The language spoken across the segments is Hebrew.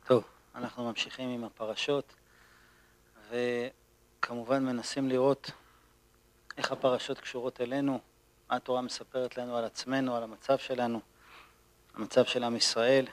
טוב, אנחנו ממשיכים עם הפרשות, וכמובן מנסים לראות איך הפרשות קשורות אלינו, מה התורה מספרת לנו על עצמנו, על המצב שלנו, המצב של עם ישראל.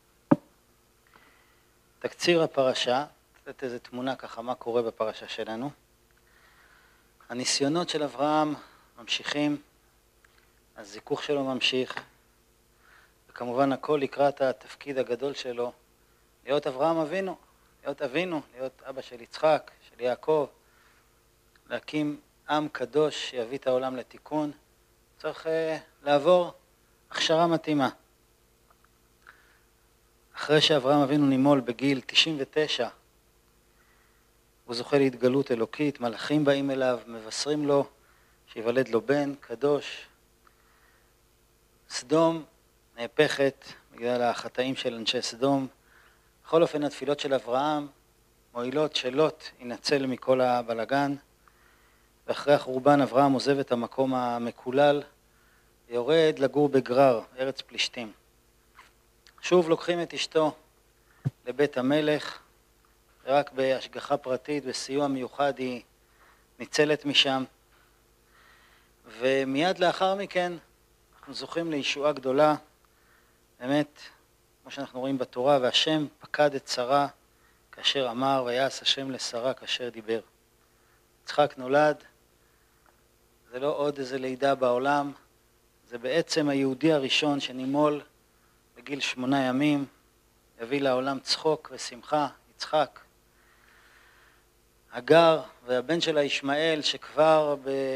תקציר הפרשה, לתת איזו תמונה ככה מה קורה בפרשה שלנו. הניסיונות של אברהם ממשיכים, הזיכוך שלו ממשיך, וכמובן הכל לקראת התפקיד הגדול שלו, להיות אברהם אבינו, להיות אבא של יצחק, של יעקב, להקים עם קדוש שיביא את העולם לתיקון. צריך לעבור הכשרה מתאימה. אחרי שאברהם אבינו נימול בגיל 99, הוא זוכה להתגלות אלוקית, מלאכים באים אליו, מבשרים לו שיוולד לו בן קדוש. סדום נהפכת בגלל החטאים של אנשי סדום. בכל אופן התפילות של אברהם מועילות שלוט ינצל מכל הבלגן, ואחרי החורבן אברהם עוזב את המקום המקולל, יורד לגור בגרר, ארץ פלישתים. שוב לוקחים את אשתו לבית המלך, ורק בהשגחה פרטית, בסיוע מיוחד היא ניצלת משם, ומיד לאחר מכן אנחנו זוכים לישועה גדולה, באמת, כמו שאנחנו רואים בתורה, והשם פקד את שרה כאשר אמר, ויעש השם לשרה כאשר דיבר. יצחק נולד, זה לא עוד איזה לידה בעולם, זה בעצם היהודי הראשון שנימול בגיל 8 ימים, הביא לעולם צחוק ושמחה, יצחק. הגר והבן שלה ישמעאל, שכבר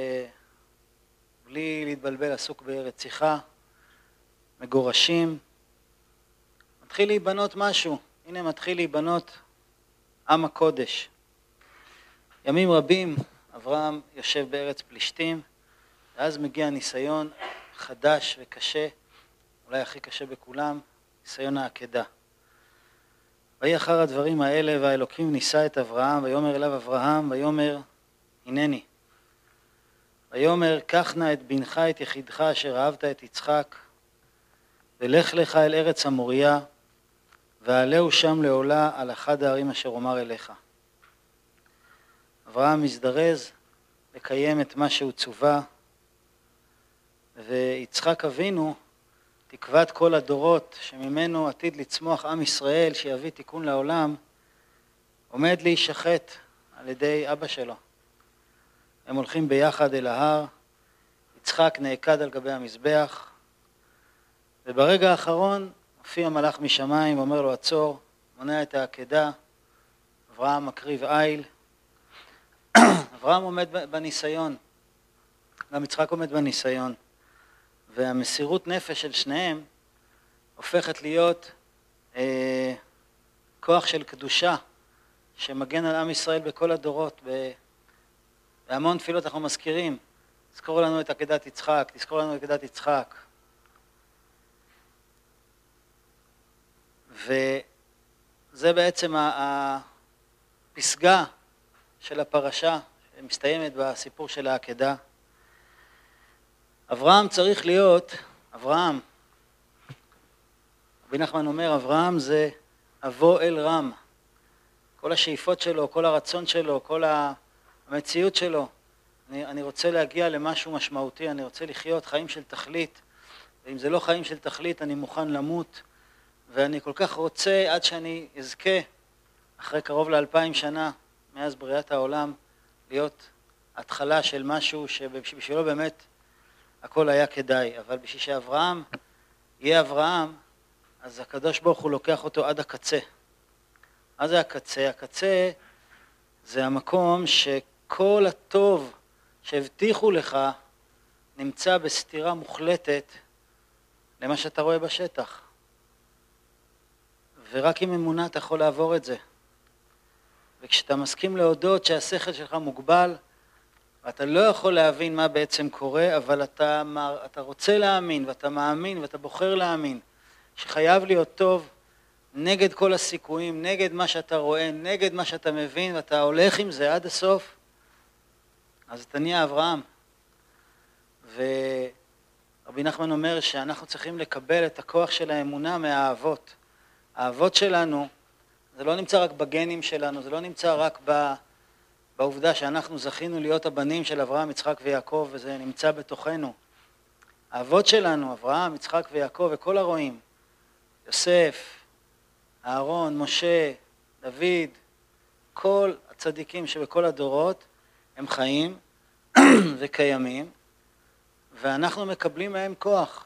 בלי להתבלבל עסוק ברציחה, מגורשים, מתחיל להיבנות משהו. הנה מתחיל להיבנות עם הקודש. ימים רבים אברהם יושב בארץ פלישתים, ואז מגיע ניסיון חדש וקשה, אולי הכי קשה בכולם, ניסיון העקדה. ויהי אחר הדברים האלה, והאלוקים ניסה את אברהם, ויאמר אליו אברהם, ויאמר הנני. ויאמר קח נא את בנך את יחידך אשר אהבת את יצחק, ולך לך אל ארץ המוריה, ועלהו שם לעולה על אחד הערים אשר אומר אליך. אברהם מזדרז לקיים את מה שהוא צווה, ויצחק אבינו, תקוות כל הדורות שממנו עתיד לצמוח עם ישראל שיביא תיקון לעולם, עומד להישחט על ידי אבא שלו. הם הולכים ביחד אל ההר, יצחק נעקד על גבי המזבח, וברגע האחרון מופיע מלאך משמיים ואומר לו עצור, מונע את העקדה. אברהם מקריב איל. אברהם עומד בניסיון, גם יצחק עומד בניסיון, והמסירות נפש של שניהם הופכת להיות כוח של קדושה שמגן על עם ישראל בכל הדורות. בהמון תפילות אנחנו מזכירים, תזכור לנו את עקדת יצחק, תזכור לנו את עקדת יצחק. וזה בעצם הפסגה של הפרשה שמסתיימת בסיפור של העקדה. אברהם צריך להיות, רבי נחמן אומר, אברהם זה אבו אל רם. כל השאיפות שלו, כל הרצון שלו, כל המציאות שלו. אני רוצה להגיע למשהו משמעותי, אני רוצה לחיות חיים של תכלית, ואם זה לא חיים של תכלית אני מוכן למות, ואני כל כך רוצה עד שאני אזכה, אחרי קרוב ל2000 שנה, מאז בריאת העולם, להיות התחלה של משהו שבשבילו באמת הכל היה כדאי. אבל בשביל שאברהם יהיה אברהם, אז הקדוש ברוך הוא לוקח אותו עד הקצה. מה זה הקצה? הקצה זה המקום שכל הטוב שהבטיחו לך נמצא בסתירה מוחלטת למה שאתה רואה בשטח. ורק עם אמונה אתה יכול לעבור את זה. וכשאתה מסכים להודות שהשכל שלך מוגבל, ואתה לא יכול להבין מה בעצם קורה, אבל אתה רוצה להאמין, ואתה מאמין, ואתה בוחר להאמין, שחייב להיות טוב נגד כל הסיכויים, נגד מה שאתה רואה, נגד מה שאתה מבין, ואתה הולך עם זה עד הסוף, אז אתה נהיה אברהם. ורבי נחמן אומר שאנחנו צריכים לקבל את הכוח של האמונה מהאבות. האבות שלנו זה לא נמצא רק בגנים שלנו, זה לא נמצא רק בעובדה שאנחנו זכינו להיות הבנים של אברהם, יצחק ויעקב, וזה נמצא בתוכנו. האבות שלנו, אברהם, יצחק ויעקב וכל הרועים, יוסף, אהרון, משה, דוד, כל הצדיקים שבכל הדורות הם חיים וקיימים, ואנחנו מקבלים מהם כוח.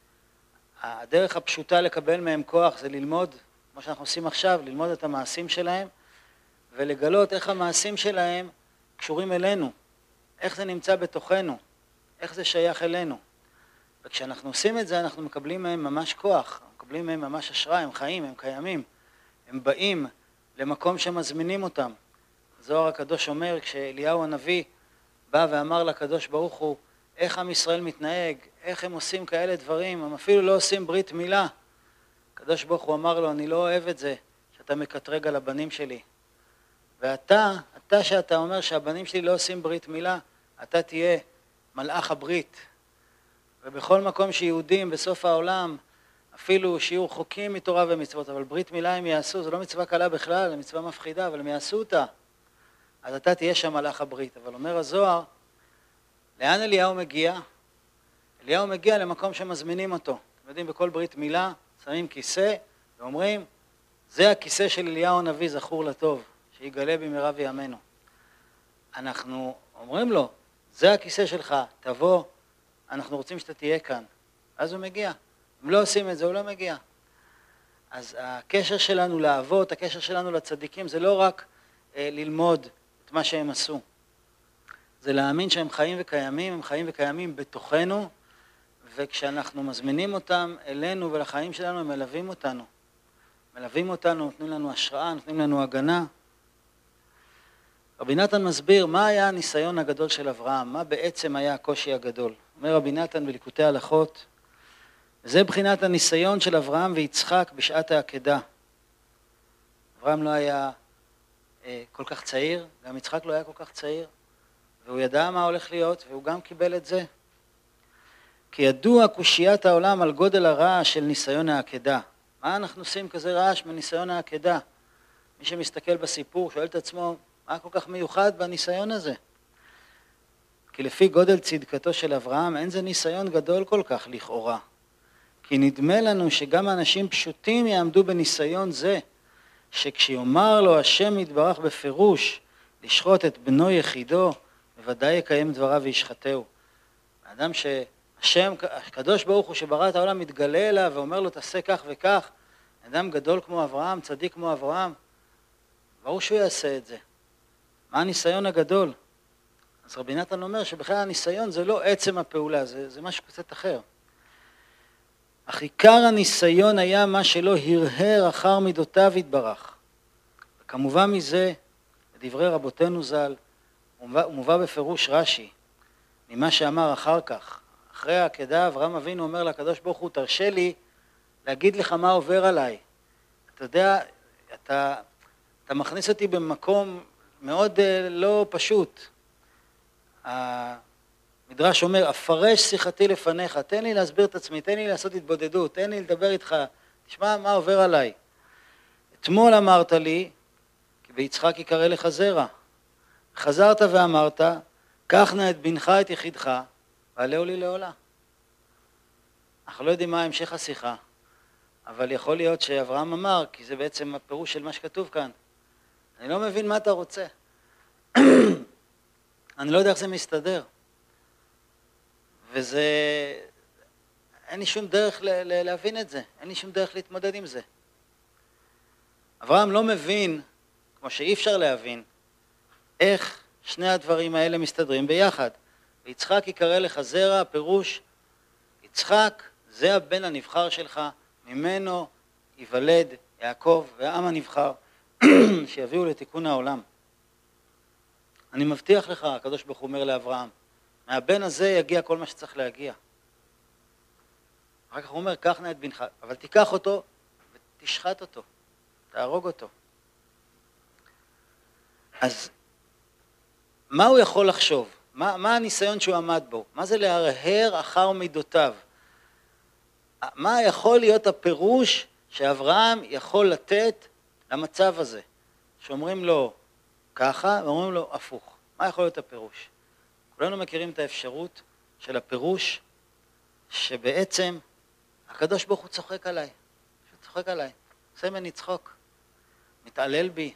הדרך הפשוטה לקבל מהם כוח זה ללמוד, כמו שאנחנו עושים עכשיו, ללמוד את המעשים שלהם, ולגלות איך המעשים שלהם קשורים אלינו, איך זה נמצא בתוכנו, איך זה שייך אלינו. וכשאנחנו עושים את זה, אנחנו מקבלים מהם ממש כוח, מקבלים מהם ממש השראה, הם חיים, הם קיימים, הם באים למקום שמזמינים אותם. זוהר הקדוש אומר, כשאליהו הנביא בא ואמר לקדוש ברוך הוא, איך עם ישראל מתנהג, איך הם עושים כאלה דברים, הם אפילו לא עושים ברית מילה. הקדוש ברוך הוא אמר לו, אני לא אוהב את זה, שאתה מקטרג על הבנים שלי. ואתה שאתה אומר שהבנים שלי לא עושים ברית מילה, אתה תהיה מלאך הברית. ובכל מקום שיהודים בסוף העולם, אפילו שיהיו חוקים מתורה ומצוות, אבל ברית מילה הם יעשו, זו לא מצווה קלה בכלל, זו מצווה מפחידה, אבל הם יעשו אותה. אז אתה תהיה שם מלאך הברית. אבל אומר הזוהר, לאן אליהו מגיע? אליהו מגיע למקום שמזמינים אותו. אתם יודעים, בכל ברית מילה שמים כיסא ואומרים, זה הכיסא של אליהו הנביא, זכור לטוב, שיגלה במהרה וימינו. אנחנו אומרים לו, זה הכיסא שלך, תבוא, אנחנו רוצים שאתה תהיה כאן. אז הוא מגיע. אם לא עושים את זה, הוא לא מגיע. אז הקשר שלנו לאבות, הקשר שלנו לצדיקים, זה לא רק ללמוד את מה שהם עשו. זה להאמין שהם חיים וקיימים, הם חיים וקיימים בתוכנו, וכשאנחנו מזמינים אותם אלינו ולחיים שלנו, הם מלווים אותנו. מלווים אותנו, נותנים לנו השראה, נותנים לנו הגנה. רבי נתן מסביר מה היה הניסיון הגדול של אברהם, מה בעצם היה הקושי הגדול. אומר רבי נתן בליקוטי הלכות, וזה בחינת הניסיון של אברהם ויצחק בשעת העקדה. אברהם לא היה כל כך צעיר, גם יצחק לא היה כל כך צעיר, והוא ידע מה הולך להיות, והוא גם קיבל את זה. כי ידוע קושיית העולם על גודל הרעש של ניסיון העקדה. מה אנחנו עושים כזה רעש מניסיון העקדה? מי שמסתכל בסיפור שואל את עצמו, מה כל כך מיוחד בניסיון הזה? כי לפי גודל צדקתו של אברהם, אין זה ניסיון גדול כל כך לכאורה. כי נדמה לנו שגם אנשים פשוטים יעמדו בניסיון זה, שכשיאמר לו השם יתברך בפירוש, לשחוט את בנו יחידו, בוודאי יקיים דבריו וישחטהו. האדם שהשם, הקדוש ברוך הוא שברא את העולם, מתגלה אליו ואומר לו תעשה כך וכך, אדם גדול כמו אברהם, צדיק כמו אברהם, ברור שהוא יעשה את זה. מה הניסיון הגדול? אז רבי נתן אומר שבכלל הניסיון זה לא עצם הפעולה, זה משהו קצת אחר. אך עיקר הניסיון היה מה שלא הרהר אחר מידותיו יתברך. וכמובן מזה, בדברי רבותינו ז"ל, הוא מובא בפירוש רש"י, ממה שאמר אחר כך. אחרי העקדה אברהם אבינו אומר לקדוש ברוך הוא, תרשה לי להגיד לך מה עובר עליי. אתה יודע, אתה מכניס אותי במקום מאוד לא פשוט. המדרש אומר, אפרש שיחתי לפניך, תן לי להסביר את עצמי, תן לי לעשות התבודדות, תן לי לדבר איתך, תשמע מה עובר עליי. אתמול אמרת לי, כי ביצחק יקרא לך זרע. חזרת ואמרת, קח נא את בנך את יחידך, ועלהו לי לעולה. אנחנו לא יודעים מה המשך השיחה, אבל יכול להיות שאברהם אמר, כי זה בעצם הפירוש של מה שכתוב כאן. אני לא מבין מה אתה רוצה. אני לא יודע איך זה מסתדר. וזה, אין לי שום דרך להבין את זה, אין לי שום דרך להתמודד עם זה. אברהם לא מבין, כמו שאי אפשר להבין, איך שני הדברים האלה מסתדרים ביחד. ויצחק יקרא לך זרע, פירוש, יצחק זה הבן הנבחר שלך, ממנו ייוולד יעקב והעם הנבחר, שיביאו לתיקון העולם. אני מבטיח לך, הקדוש ברוך הוא אומר לאברהם, מהבן הזה יגיע כל מה שצריך להגיע. אחר כך הוא אומר, קח נא את בנך, אבל תיקח אותו ותשחט אותו, תהרוג אותו. אז מה הוא יכול לחשוב? מה הניסיון שהוא עמד בו? מה זה להרהר אחר מידותיו? מה יכול להיות הפירוש שאברהם יכול לתת למצב הזה, שאומרים לו ככה ואומרים לו הפוך. מה יכול להיות הפירוש? כולנו מכירים את האפשרות של הפירוש שבעצם הקדוש ברוך הוא צוחק עליי, הוא צוחק עליי, עושה ממני צחוק, מתעלל בי,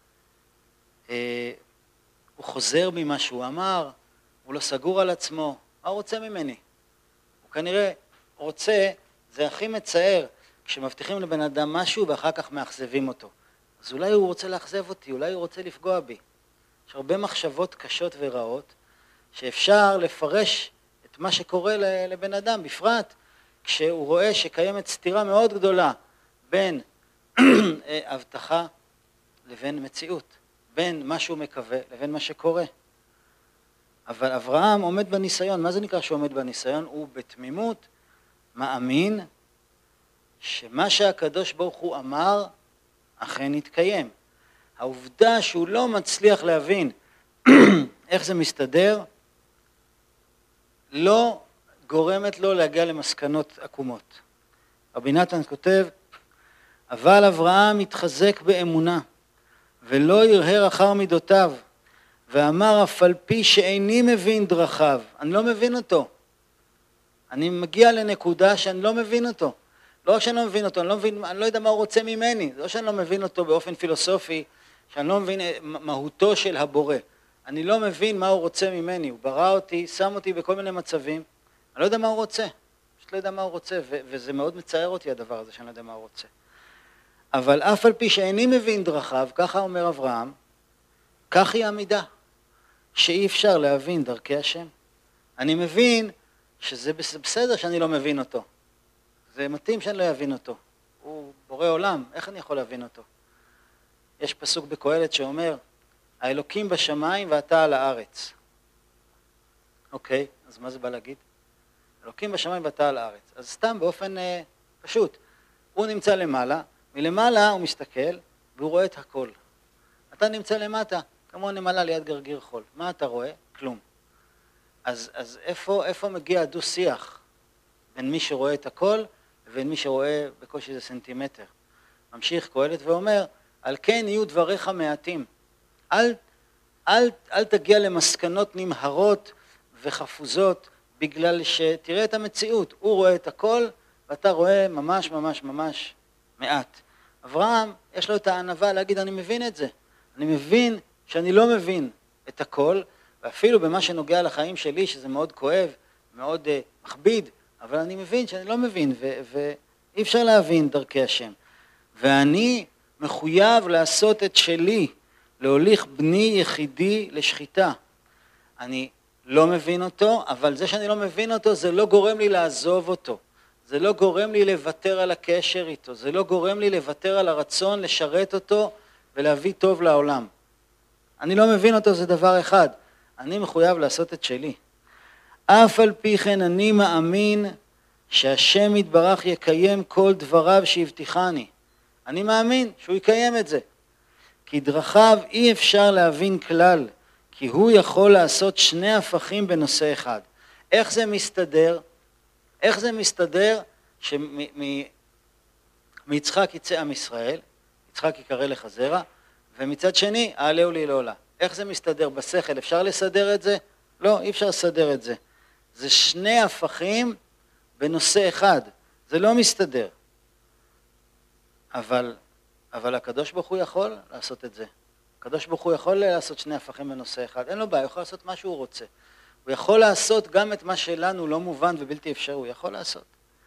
הוא חוזר ממה שהוא אמר, הוא לא סגור על עצמו, מה הוא רוצה ממני? הוא כנראה רוצה, זה הכי מצער, כשמבטיחים לבן אדם משהו ואחר כך מאכזבים אותו. אז אולי הוא רוצה לאכזב אותי, אולי הוא רוצה לפגוע בי. יש הרבה מחשבות קשות ורעות, שאפשר לפרש את מה שקורה לבן אדם, בפרט כשהוא רואה שקיימת סתירה מאוד גדולה בין הבטחה לבין מציאות, בין מה שהוא מקווה לבין מה שקורה. אבל אברהם עומד בניסיון. מה זה נקרא שהוא עומד בניסיון? הוא בתמימות מאמין שמה שהקדוש ברוך הוא אמר אכן יתקיים. העובדה שהוא לא מצליח להבין איך זה מסתדר, לא גורמת לו להגיע למסקנות עקומות. רבי נתן כותב, אבל אברהם התחזק באמונה, ולא ירהר אחר מידותיו, ואמר אף על פי שאיני מבין דרכיו, אני לא מבין אותו. אני מגיע לנקודה שאני לא מבין אותו. לא רק שאני לא מבין אותו, אני לא יודע מה הוא רוצה ממני. זה לא שאני לא מבין אותו באופן פילוסופי, שאני לא מבין מהותו של הבורא. אני לא מבין מה הוא רוצה ממני. הוא ברא אותי, שם אותי בכל מיני מצבים. אני לא יודע מה הוא רוצה. פשוט לא יודע מה הוא רוצה, וזה מאוד מצער אותי הדבר הזה שאני לא יודע מה הוא רוצה. אבל אף על פי שאיני מבין דרכיו, ככה אומר אברהם, כך היא המידה, שאי אפשר להבין דרכי השם. אני מבין שזה בסדר שאני לא מבין אותו. זה מתאים שאני לא אבין אותו. הוא בורא עולם, איך אני יכול להבין אותו? יש פסוק בקהלת שאומר, האלוקים בשמיים ואתה על הארץ. אוקיי, אז מה זה בא להגיד? אלוקים בשמיים ואתה על הארץ. אז סתם באופן פשוט. הוא נמצא למעלה, מלמעלה הוא מסתכל והוא רואה את הכל. אתה נמצא למטה, כמו נמלה ליד גרגיר חול. מה אתה רואה? כלום. אז איפה מגיע הדו-שיח בין מי שרואה את הכל לבין מי שרואה בקושי איזה סנטימטר? ממשיך קהלת ואומר, על כן יהיו דבריך מעטים. אל תגיע למסקנות נמהרות וחפוזות, בגלל שתראה את המציאות. הוא רואה את הכל ואתה רואה ממש ממש ממש מעט. אברהם יש לו את הענווה להגיד, אני מבין את זה. אני מבין שאני לא מבין את הכל, ואפילו במה שנוגע לחיים שלי, שזה מאוד כואב, מאוד מכביד, אבל אני מבין שאני לא מבין, ואי אפשר להבין דרכי השם. ואני מחויב לעשות את שלי, להוליך בני יחידי לשחיטה. אני לא מבין אותו, אבל זה שאני לא מבין אותו, זה לא גורם לי לעזוב אותו. זה לא גורם לי לוותר על הקשר איתו, זה לא גורם לי לוותר על הרצון לשרת אותו ולהביא טוב לעולם. אני לא מבין אותו, זה דבר אחד. אני מחויב לעשות את שלי. אף על פי כן אני מאמין שהשם יתברך יקיים כל דבריו שהבטיחני. אני מאמין שהוא יקיים את זה. כי דרכיו אי אפשר להבין כלל, כי הוא יכול לעשות שני הפכים בנושא אחד. איך זה מסתדר? איך זה מסתדר שמיצחק יצא עם ישראל, יצחק יקרא לך זרע, ומצד שני, העלהו לי לעולה. איך זה מסתדר בשכל? אפשר לסדר את זה? לא, אי אפשר לסדר את זה. זה שני הפכים בנושא אחד. זה לא מסתדר. אבל הקדוש ברוך הוא יכול לעשות את זה. הקדוש ברוך הוא יכול לעשות שני הפכים בנושא אחד. אין לו בעיה, הוא יכול לעשות מה שהוא רוצה. הוא יכול לעשות גם את מה שלנו לא מובן ובלתי אפשרי, הוא יכול לעשות.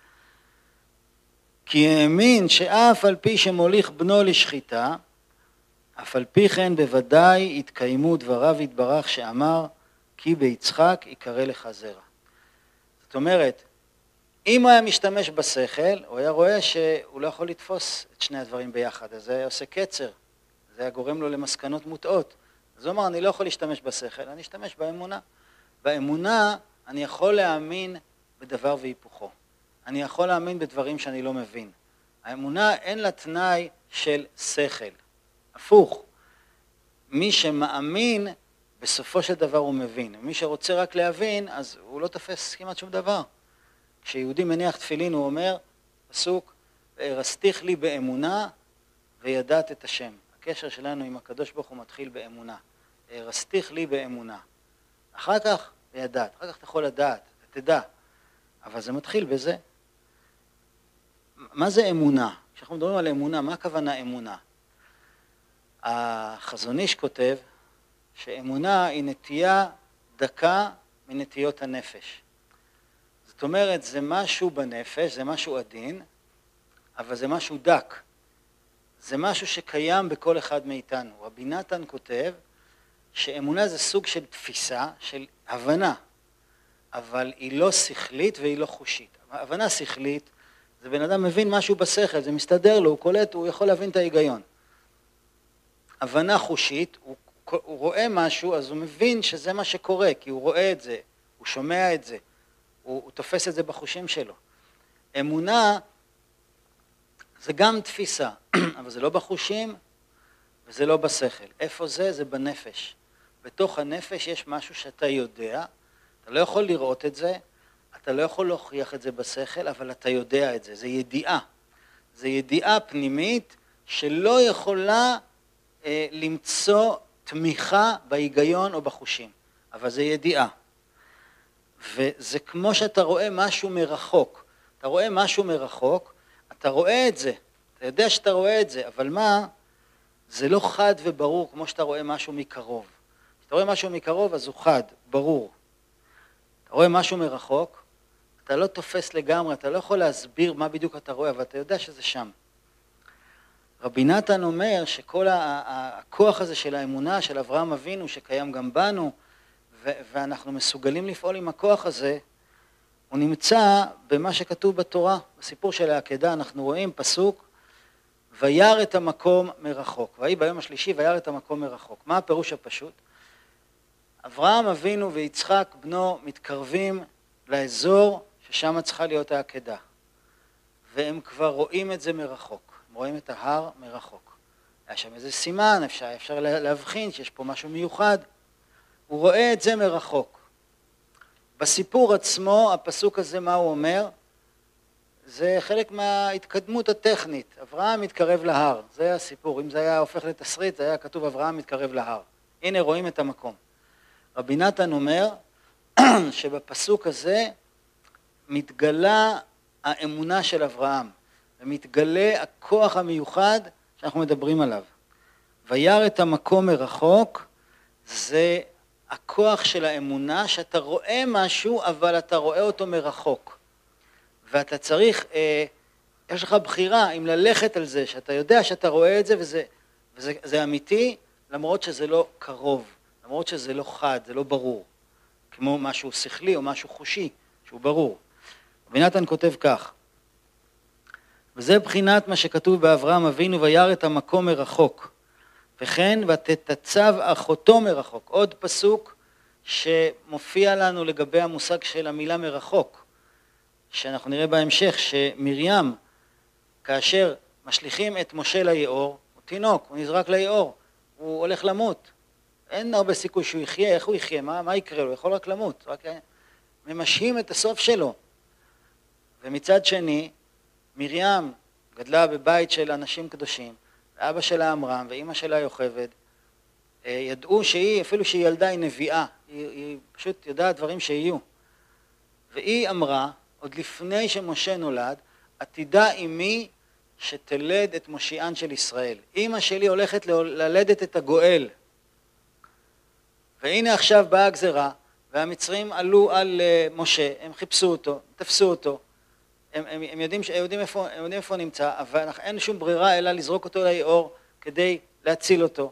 כי האמין שאף על פי שמוליך בנו לשחיטה, אף על פי כן בוודאי יתקיימו דבריו יתברך שאמר, כי ביצחק יקרא לך זרע. זאת אומרת, אם הוא היה משתמש בשכל, הוא היה רואה שהוא לא יכול לתפוס את שני הדברים ביחד, אז זה היה עושה קצר, זה היה גורם לו למסקנות מוטעות. אז הוא אמר, אני לא יכול להשתמש בשכל, אני אשתמש באמונה. באמונה אני יכול להאמין בדבר והיפוכו. אני יכול להאמין בדברים שאני לא מבין. האמונה אין לה תנאי של שכל. הפוך. מי שמאמין, בסופו של דבר הוא מבין. מי שרוצה רק להבין, אז הוא לא תופס כמעט שום דבר. כשיהודי מניח תפילין, הוא אומר, פסוק, רסתיך לי באמונה, וידעת את השם. הקשר שלנו עם הקדוש ברוך הוא מתחיל באמונה. רסתיך לי באמונה. אחר כך וידעת, אחר כך אתה יכול לדעת, אתה תדע. אבל זה מתחיל בזה. מה זה אמונה? כשאנחנו מדברים על אמונה, מה הכוונה אמונה? החזון איש כותב שאמונה היא נטייה דקה מנטיות הנפש. זאת אומרת, זה משהו בנפש, זה משהו עדין, אבל זה משהו דק. זה משהו שקיים בכל אחד מאיתנו. רבי נתן כותב שאמונה זה סוג של תפיסה, של הבנה, אבל היא לא שכלית והיא לא חושית. הבנה שכלית, זה בן אדם מבין משהו בשכל, זה מסתדר לו, הוא קולט, הוא יכול להבין את ההיגיון. הבנה חושית, הוא רואה משהו, אז הוא מבין שזה מה שקורה, כי הוא רואה את זה, הוא שומע את זה, הוא תופס את זה בחושים שלו. אמונה זה גם תפיסה, אבל זה לא בחושים וזה לא בשכל. איפה זה? זה בנפש. בתוך הנפש יש משהו שאתה יודע, אתה לא יכול לראות את זה, אתה לא יכול להוכיח את זה בשכל, אבל אתה יודע את זה, זה ידיעה. זה ידיעה פנימית שלא יכולה למצוא תמיכה בהיגיון או בחושים, אבל זה ידיעה. וזה כמו שאתה רואה משהו מרחוק. אתה רואה משהו מרחוק, אתה רואה את זה, אתה יודע שאתה רואה את זה, אבל מה? זה לא חד וברור כמו שאתה רואה משהו מקרוב. כשאתה רואה משהו מקרוב אז הוא חד, ברור. אתה רואה משהו מרחוק, אתה לא תופס לגמרי, אתה לא יכול להסביר מה בדיוק אתה רואה, אבל אתה יודע שזה שם. רבי נתן אומר שכל הכוח הזה של האמונה, של אברהם אבינו, שקיים גם בנו, ואנחנו מסוגלים לפעול עם הכוח הזה, הוא נמצא במה שכתוב בתורה. בסיפור של העקדה אנחנו רואים פסוק, וירא את המקום מרחוק. ויהי ביום השלישי וירא את המקום מרחוק. מה הפירוש הפשוט? אברהם אבינו ויצחק בנו מתקרבים לאזור ששם צריכה להיות העקדה. והם כבר רואים את זה מרחוק. הם רואים את ההר מרחוק. היה שם איזה סימן, אפשר להבחין שיש פה משהו מיוחד. הוא רואה את זה מרחוק. בסיפור עצמו, הפסוק הזה, מה הוא אומר? זה חלק מההתקדמות הטכנית. אברהם מתקרב להר, זה הסיפור. אם זה היה הופך לתסריט, זה היה כתוב אברהם מתקרב להר. הנה רואים את המקום. רבי נתן אומר שבפסוק הזה מתגלה האמונה של אברהם, ומתגלה הכוח המיוחד שאנחנו מדברים עליו. וירא את המקום מרחוק, זה הכוח של האמונה, שאתה רואה משהו, אבל אתה רואה אותו מרחוק. ואתה צריך, יש לך בחירה אם ללכת על זה, שאתה יודע שאתה רואה את זה, וזה אמיתי, למרות שזה לא קרוב, למרות שזה לא חד, זה לא ברור. כמו משהו שכלי או משהו חושי, שהוא ברור. רבי נתן כותב כך, וזה בחינת מה שכתוב באברהם אבינו, וירא את המקום מרחוק. וכן, ותתצב אחותו מרחוק. עוד פסוק שמופיע לנו לגבי המושג של המילה מרחוק, שאנחנו נראה בהמשך, שמרים, כאשר משליכים את משה ליאור, הוא תינוק, הוא נזרק ליאור, הוא הולך למות. אין הרבה סיכוי שהוא יחיה, איך הוא יחיה, מה יקרה לו? הוא יכול רק למות, רק ממשהים את הסוף שלו. ומצד שני, מרים גדלה בבית של אנשים קדושים, ואבא שלה עמרם ואימא שלה יוכבד, ידעו שהיא, אפילו שהיא ילדה, היא נביאה, היא פשוט יודעת דברים שיהיו. והיא אמרה, עוד לפני שמשה נולד, עתידה אמי שתלד את מושיען של ישראל. אמא שלי הולכת ללדת את הגואל. והנה עכשיו באה הגזרה, והמצרים עלו על משה, הם חיפשו אותו, תפסו אותו, הם יודעים איפה נמצא, אבל אין שום ברירה אלא לזרוק אותו ליאור כדי להציל אותו.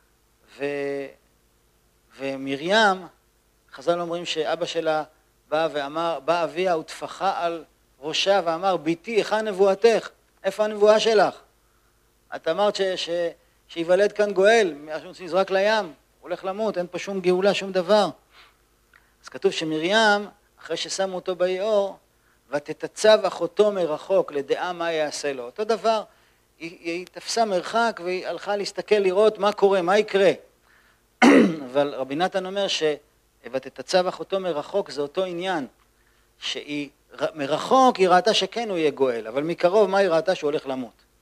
ומרים, חז"ל אומרים שאבא שלה בא ואמר, בא אביה וטפחה על ראשה ואמר, ביתי, היכן נבואתך? איפה הנבואה שלך? את אמרת שיוולד כאן גואל, נזרק לים, הוא הולך למות, אין פה שום גאולה, שום דבר. אז כתוב שמרים, אחרי ששמו אותו ביאור, ותתצב אחותו מרחוק לדעה מה יעשה לו. אותו דבר, היא תפסה מרחק והיא הלכה להסתכל לראות מה קורה, מה יקרה. אבל רבי נתן אומר ותתצב אחותו מרחוק זה אותו עניין, שהיא מרחוק היא ראתה שכן הוא יהיה גואל, אבל מקרוב מה היא ראתה שהוא הולך למות.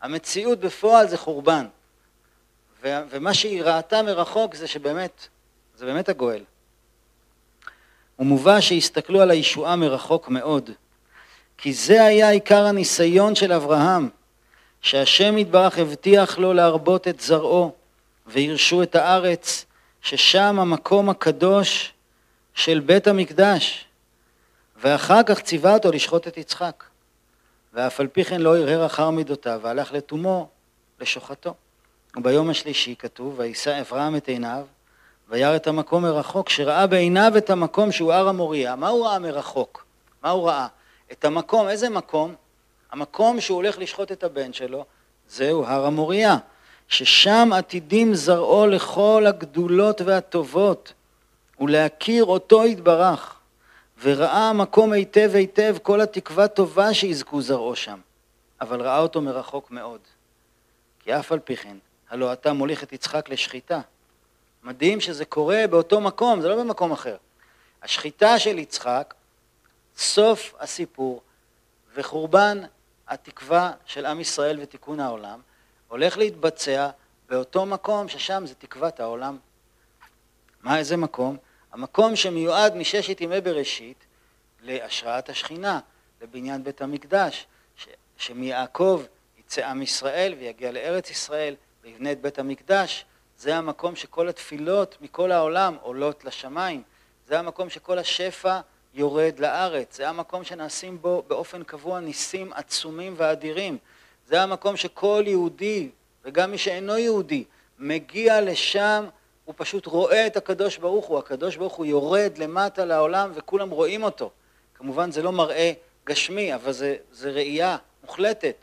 המציאות בפועל זה חורבן. ומה שהיא ראתה מרחוק זה שבאמת, זה באמת הגואל. ומובא שהסתכלו על הישועה מרחוק מאוד. כי זה היה עיקר הניסיון של אברהם, שהשם יתברך הבטיח לו להרבות את זרעו, וירשו את הארץ, ששם המקום הקדוש של בית המקדש. ואחר כך ציווה אותו לשחוט את יצחק. ואף על פי כן לא הרהר אחר מידותיו, והלך לתומו לשוחטו. וביום השלישי כתוב, וישא אברהם את עיניו, וירא את המקום מרחוק, שראה בעיניו את המקום שהוא הר המוריה. מה הוא ראה מרחוק? מה הוא ראה? את המקום, איזה מקום? המקום שהוא הולך לשחוט את הבן שלו, זהו הר המוריה, ששם עתידים זרעו לכל הגדולות והטובות, ולהכיר אותו יתברך, וראה המקום היטב היטב כל התקווה טובה שיזכו זרעו שם, אבל ראה אותו מרחוק מאוד. כי אף על פי כן, הלא אתה מוליך את יצחק לשחיטה. מדהים שזה קורה באותו מקום, זה לא במקום אחר. השחיטה של יצחק, סוף הסיפור וחורבן התקווה של עם ישראל ותיקון העולם, הולך להתבצע באותו מקום ששם זה תקוות העולם. מה איזה מקום? המקום שמיועד מששת ימי בראשית להשראת השכינה, לבניין בית המקדש, שמיעקב יצא עם ישראל ויגיע לארץ ישראל ויבנה את בית המקדש. זה המקום שכל התפילות מכל העולם עולות לשמיים. זה המקום שכל השפע יורד לארץ. זה המקום שנעשים בו באופן קבוע ניסים עצומים ואדירים. זה המקום שכל יהודי וגם מי שאינו יהודי מגיע לשם, הוא פשוט רואה את הקדוש ברוך הוא. הקדוש ברוך הוא יורד למטה לעולם וכולם רואים אותו. כמובן זה לא מראה גשמי, אבל זה ראייה מוחלטת.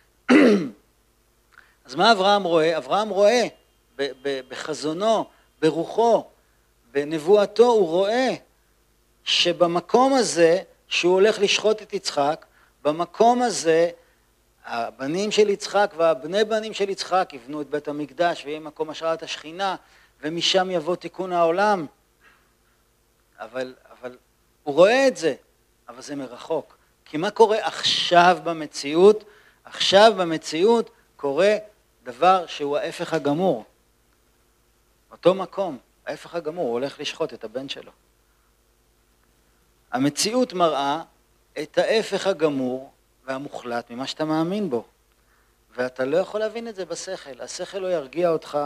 אז מה אברהם רואה? אברהם רואה בחזונו, ברוחו, בנבואתו, הוא רואה שבמקום הזה שהוא הולך לשחוט את יצחק, במקום הזה הבנים של יצחק והבני בנים של יצחק יבנו את בית המקדש ויהיה מקום השראת השכינה, ומשם יבוא תיקון העולם. אבל הוא רואה את זה, אבל זה מרחוק. כי מה קורה עכשיו במציאות? עכשיו במציאות קורה דבר שהוא ההפך הגמור. אותו מקום, ההפך הגמור, הוא הולך לשחוט את הבן שלו. המציאות מראה את ההפך הגמור והמוחלט ממה שאתה מאמין בו. ואתה לא יכול להבין את זה בשכל. השכל לא ירגיע אותך,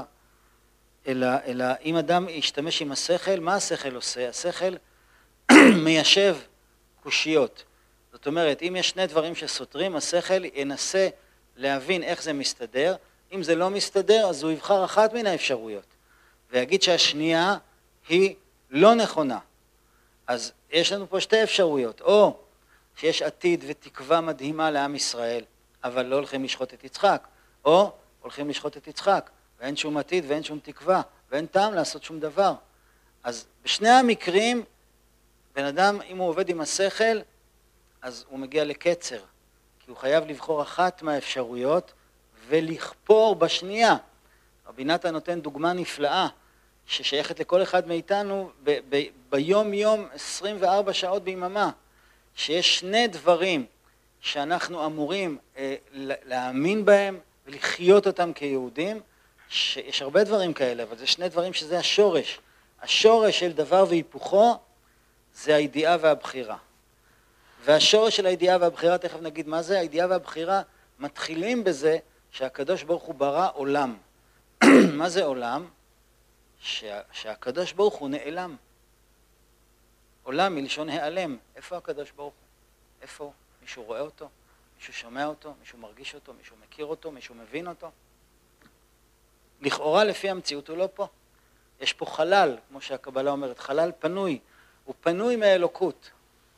אלא אם אדם ישתמש עם השכל, מה השכל עושה? השכל מיישב קושיות. זאת אומרת, אם יש שני דברים שסותרים, השכל ינסה להבין איך זה מסתדר. אם זה לא מסתדר, אז הוא יבחר אחת מן האפשרויות. ויגיד שהשנייה היא לא נכונה. אז יש לנו פה שתי אפשרויות. או שיש עתיד ותקווה מדהימה לעם ישראל, אבל לא הולכים לשחוט את יצחק. או הולכים לשחוט את יצחק, ואין שום עתיד ואין שום תקווה, ואין טעם לעשות שום דבר. אז בשני המקרים, בן אדם, אם הוא עובד עם השכל, אז הוא מגיע לקצר. כי הוא חייב לבחור אחת מהאפשרויות, ולכפור בשנייה. רבי נתן נותן דוגמה נפלאה, ששייכת לכל אחד מאיתנו ביום יום 24 שעות ביממה, שיש שני דברים שאנחנו אמורים להאמין בהם ולחיות אותם כיהודים, שיש הרבה דברים כאלה, אבל זה שני דברים שזה השורש. השורש של דבר והיפוכו זה הידיעה והבחירה. והשורש של הידיעה והבחירה, תכף נגיד מה זה, הידיעה והבחירה מתחילים בזה שהקדוש ברוך הוא ברא עולם. מה זה עולם? שהקדוש ברוך הוא נעלם. עולם מלשון העלם. איפה הקדוש ברוך הוא? איפה? מישהו רואה אותו? מישהו שומע אותו? מישהו מרגיש אותו? מישהו מכיר אותו? מישהו מבין אותו? לכאורה לפי המציאות הוא לא פה. יש פה חלל, כמו שהקבלה אומרת, חלל פנוי. הוא פנוי מאלוקות.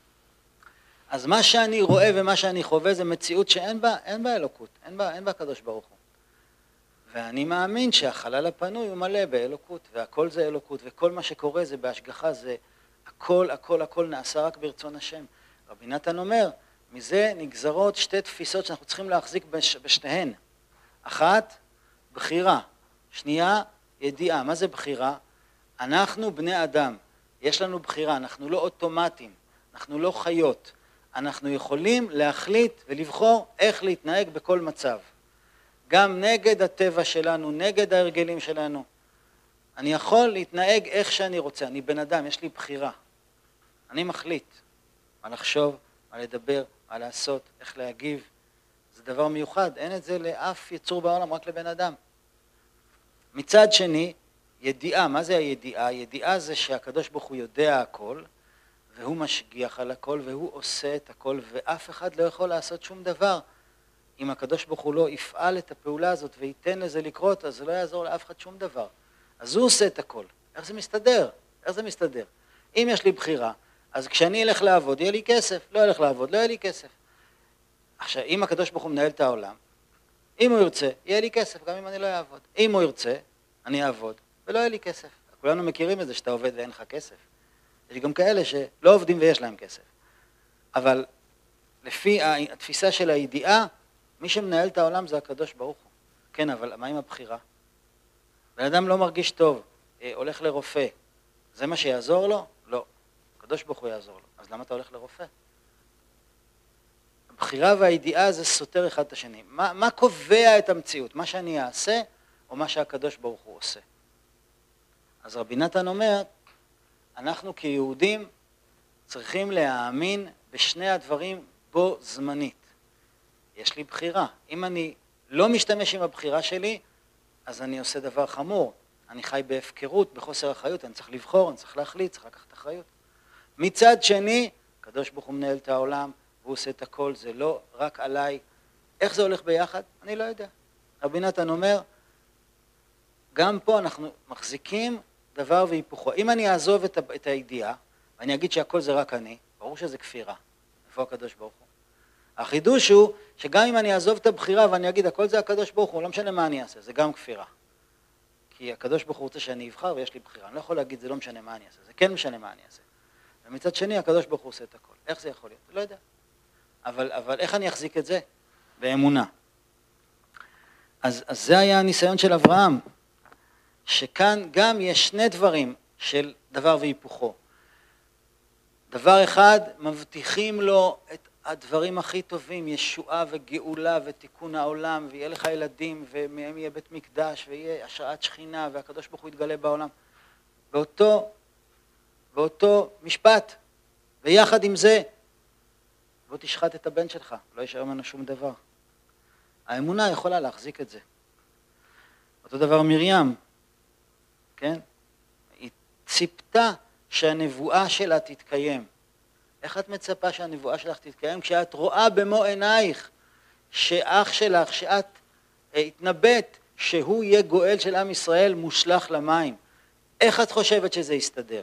אז מה שאני רואה ומה שאני חווה זה מציאות שאין בה אלוקות, אין בה קדוש ברוך הוא. ואני מאמין שהחלל הפנוי הוא מלא באלוקות, והכל זה אלוקות, וכל מה שקורה זה בהשגחה, זה הכל נעשה רק ברצון השם. רבי נתן אומר, מזה נגזרות שתי תפיסות שאנחנו צריכים להחזיק בשתיהן. אחת, בחירה. שנייה, ידיעה. מה זה בחירה? אנחנו בני אדם, יש לנו בחירה, אנחנו לא אוטומטים, אנחנו לא חיות. אנחנו יכולים להחליט ולבחור איך להתנהג בכל מצב. גם נגד הטבע שלנו, נגד ההרגלים שלנו. אני יכול להתנהג איך שאני רוצה, אני בן אדם, יש לי בחירה. אני מחליט מה לחשוב, מה לדבר, מה לעשות, איך להגיב. זה דבר מיוחד, אין את זה לאף יצור בעולם, רק לבן אדם. מצד שני, ידיעה, מה זה הידיעה? ידיעה זה שהקדוש ברוך הוא יודע הכל, והוא משגיח על הכל, והוא עושה את הכל, ואף אחד לא יכול לעשות שום דבר. אם הקדוש ברוך הוא לא יפעל את הפעולה הזאת וייתן לזה לקרות, אז זה לא יעזור לאף אחד שום דבר. אז הוא עושה את הכל. איך זה מסתדר? איך זה מסתדר? אם יש לי בחירה, אז כשאני אלך לעבוד, יהיה לי כסף. לא אלך לעבוד, לא יהיה לי כסף. עכשיו, אם הקדוש ברוך הוא מנהל את העולם, אם הוא ירצה, יהיה לי כסף, גם אם אני לא אעבוד. אם הוא ירצה, אני אעבוד, ולא יהיה לי כסף. כולנו מכירים את זה שאתה עובד ואין לך כסף. יש גם כאלה שלא עובדים ויש להם כסף. אבל לפי התפיסה של הידיעה, מי שמנהל את העולם זה הקדוש ברוך הוא. כן, אבל מה עם הבחירה? בן אדם לא מרגיש טוב, הולך לרופא. זה מה שיעזור לו? לא. הקדוש ברוך הוא יעזור לו. אז למה אתה הולך לרופא? הבחירה והידיעה זה סותר אחד את השני. מה קובע את המציאות? מה שאני אעשה או מה שהקדוש ברוך הוא עושה? אז רבי נתן אומר, אנחנו כיהודים צריכים להאמין בשני הדברים בו זמנית. יש לי בחירה. אם אני לא משתמש עם הבחירה שלי, אז אני עושה דבר חמור. אני חי בהפקרות, בחוסר אחריות, אני צריך לבחור, אני צריך להחליט, צריך לקחת אחריות. מצד שני, הקדוש ברוך הוא מנהל את העולם, והוא עושה את הכל, זה לא רק עליי. איך זה הולך ביחד? אני לא יודע. רבי נתן אומר, גם פה אנחנו מחזיקים דבר והיפוכו. אם אני אעזוב את הידיעה, ואני אגיד שהכל זה רק אני, ברור שזה כפירה. איפה הקדוש ברוך הוא? החידוש הוא שגם אם אני אעזוב את הבחירה ואני אגיד הכל זה הקדוש ברוך הוא, לא משנה מה אני אעשה, זה גם כפירה. כי הקדוש ברוך הוא רוצה שאני אבחר ויש לי בחירה. אני לא יכול להגיד זה לא משנה מה אני אעשה, זה כן משנה מה אני אעשה. ומצד שני הקדוש ברוך הוא עושה את הכל. איך זה יכול להיות? לא יודע. אבל איך אני אחזיק את זה? באמונה. אז זה היה הניסיון של אברהם, שכאן גם יש שני דברים של דבר והיפוכו. דבר אחד, מבטיחים לו את הדברים הכי טובים, ישועה וגאולה ותיקון העולם, ויהיה לך ילדים, ומהם יהיה בית מקדש, ויהיה השראת שכינה, והקדוש ברוך הוא יתגלה בעולם. באותו משפט, ויחד עם זה, בוא תשחט את הבן שלך, לא יישאר ממנו שום דבר. האמונה יכולה להחזיק את זה. אותו דבר מרים, כן? היא ציפתה שהנבואה שלה תתקיים. איך את מצפה שהנבואה שלך תתקיים? כשאת רואה במו עינייך שאח שלך, שאת התנבאת שהוא יהיה גואל של עם ישראל מושלך למים. איך את חושבת שזה יסתדר?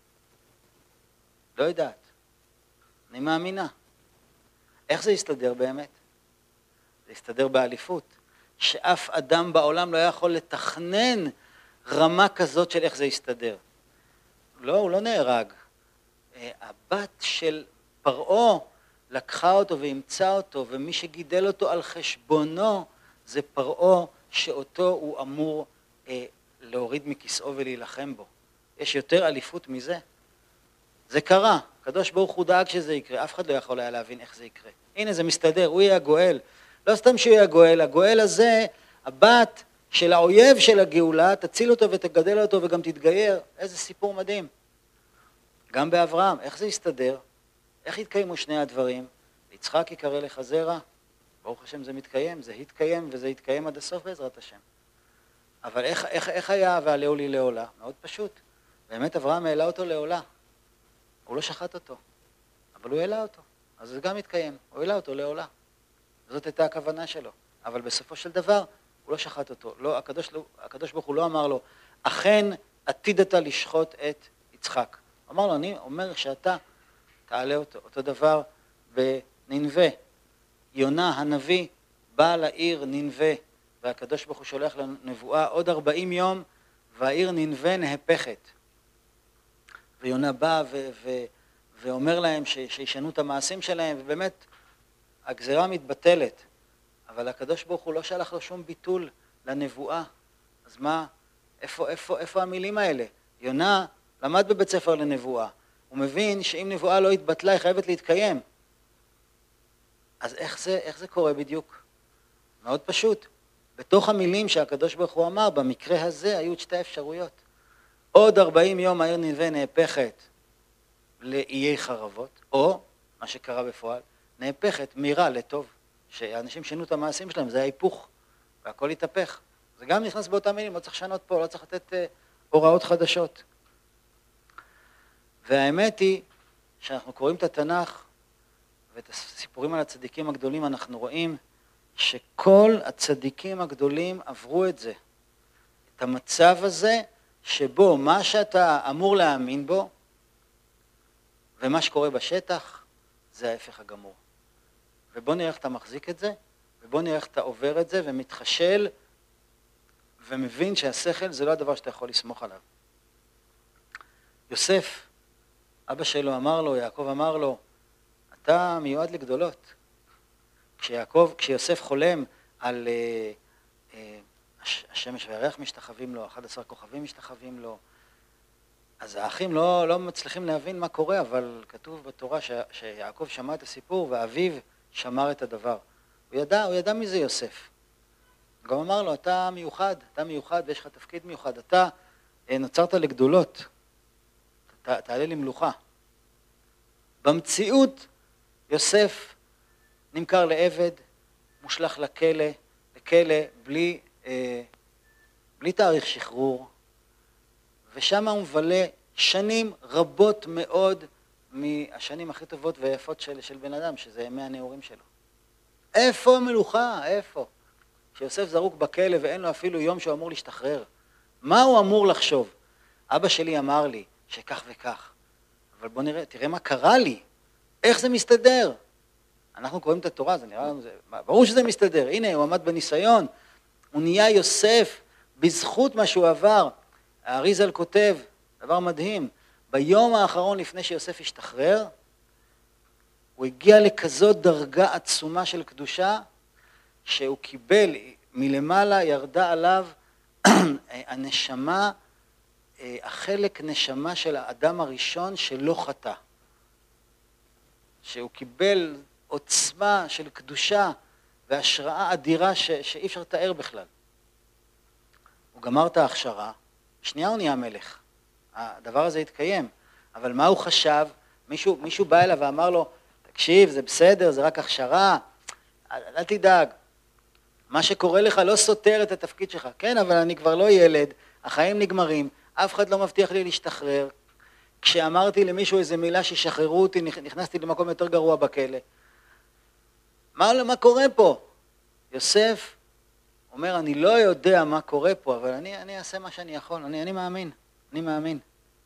לא יודעת. אני מאמינה. איך זה יסתדר באמת? זה יסתדר באליפות. שאף אדם בעולם לא יכול לתכנן רמה כזאת של איך זה יסתדר. לא, הוא לא נהרג. הבת של פרעה לקחה אותו והמצא אותו, ומי שגידל אותו על חשבונו זה פרעה שאותו הוא אמור להוריד מכיסאו ולהילחם בו. יש יותר אליפות מזה? זה קרה, הקדוש ברוך הוא דאג שזה יקרה, אף אחד לא יכול היה להבין איך זה יקרה. הנה זה מסתדר, הוא יהיה הגואל. לא סתם שהוא יהיה הגואל, הגואל הזה, הבת של האויב של הגאולה, תציל אותו ותגדל אותו וגם תתגייר. איזה סיפור מדהים. גם באברהם, איך זה יסתדר? איך יתקיימו שני הדברים? יצחק יקרא לך זרע, ברוך השם זה מתקיים, זה יתקיים וזה יתקיים עד הסוף בעזרת השם. אבל איך היה ועלהו לי לעולה? מאוד פשוט. באמת אברהם העלה אותו לעולה. הוא לא שחט אותו, אבל הוא העלה אותו. אז זה גם מתקיים, הוא העלה אותו לעולה. זאת הייתה הכוונה שלו. אבל בסופו של דבר הוא לא שחט אותו. לא, הקדוש ברוך הוא לא אמר לו, אכן עתידת לשחוט את יצחק. הוא אמר לו, אני אומר שאתה תעלה אותו. אותו דבר בנינווה. יונה הנביא בא לעיר נינווה, והקדוש ברוך הוא שולח לנו נבואה עוד 40 יום, והעיר נינווה נהפכת. ויונה בא ואומר להם שישנו את המעשים שלהם, ובאמת הגזרה מתבטלת. אבל הקדוש ברוך הוא לא שלח לו שום ביטול לנבואה. אז מה, איפה המילים האלה? יונה למד בבית ספר לנבואה. הוא מבין שאם נבואה לא התבטלה, היא חייבת להתקיים. אז איך זה קורה בדיוק? מאוד פשוט. בתוך המילים שהקדוש ברוך הוא אמר, במקרה הזה היו שתי אפשרויות. עוד 40 יום העיר נינווה נהפכת לאיי חרבות, או, מה שקרה בפועל, נהפכת מרע לטוב. שאנשים שינו את המעשים שלהם, זה היה היפוך, והכל התהפך. זה גם נכנס באותה מילים, לא צריך לשנות פה, לא צריך לתת הוראות חדשות. והאמת היא, שאנחנו קוראים את התנ"ך, ואת הסיפורים על הצדיקים הגדולים, אנחנו רואים שכל הצדיקים הגדולים עברו את זה. את המצב הזה, שבו מה שאתה אמור להאמין בו, ומה שקורה בשטח, זה ההפך הגמור. ובוא נראה איך אתה מחזיק את זה, ובוא נראה איך אתה עובר את זה, ומתחשל, ומבין שהשכל זה לא הדבר שאתה יכול לסמוך עליו. יוסף, אבא שלו אמר לו, יעקב אמר לו, אתה מיועד לגדולות. כשיוסף חולם על השמש והירח משתחווים לו, 11 כוכבים משתחווים לו, אז האחים לא מצליחים להבין מה קורה, אבל כתוב בתורה שיעקב שמע את הסיפור ואביו שמר את הדבר. הוא ידע מי זה יוסף. הוא גם אמר לו, אתה מיוחד ויש לך תפקיד מיוחד, אתה נוצרת לגדולות, תעלה למלוכה. במציאות יוסף נמכר לעבד, מושלך לכלא בלי תאריך שחרור, ושם הוא מבלה שנים רבות מאוד מהשנים הכי טובות ויפות של בן אדם, שזה ימי הנעורים שלו. איפה המלוכה? איפה? כשיוסף זרוק בכלא ואין לו אפילו יום שהוא אמור להשתחרר, מה הוא אמור לחשוב? אבא שלי אמר לי שכך וכך, אבל בוא נראה, תראה מה קרה לי, איך זה מסתדר? אנחנו קוראים את התורה, זה נראה לנו, ברור שזה מסתדר, הנה הוא עמד בניסיון, הוא נהיה יוסף בזכות מה שהוא עבר. האריזל כותב, דבר מדהים, ביום האחרון לפני שיוסף השתחרר, הוא הגיע לכזאת דרגה עצומה של קדושה, שהוא קיבל מלמעלה, ירדה עליו הנשמה, החלק נשמה של האדם הראשון שלא חטא. שהוא קיבל עוצמה של קדושה והשראה אדירה שאי אפשר לתאר בכלל. הוא גמר את ההכשרה, שנייה הוא נהיה מלך. הדבר הזה התקיים. אבל מה הוא חשב? מישהו בא אליו ואמר לו, תקשיב, זה בסדר, זה רק הכשרה, אל תדאג. מה שקורה לך לא סותר את התפקיד שלך. כן, אבל אני כבר לא ילד, החיים נגמרים, אף אחד לא מבטיח לי להשתחרר. כשאמרתי למישהו איזה מילה ששחררו אותי, נכנסתי למקום יותר גרוע בכלא. מה קורה פה? יוסף אומר, אני לא יודע מה קורה פה, אבל אני אעשה מה שאני יכול, אני מאמין.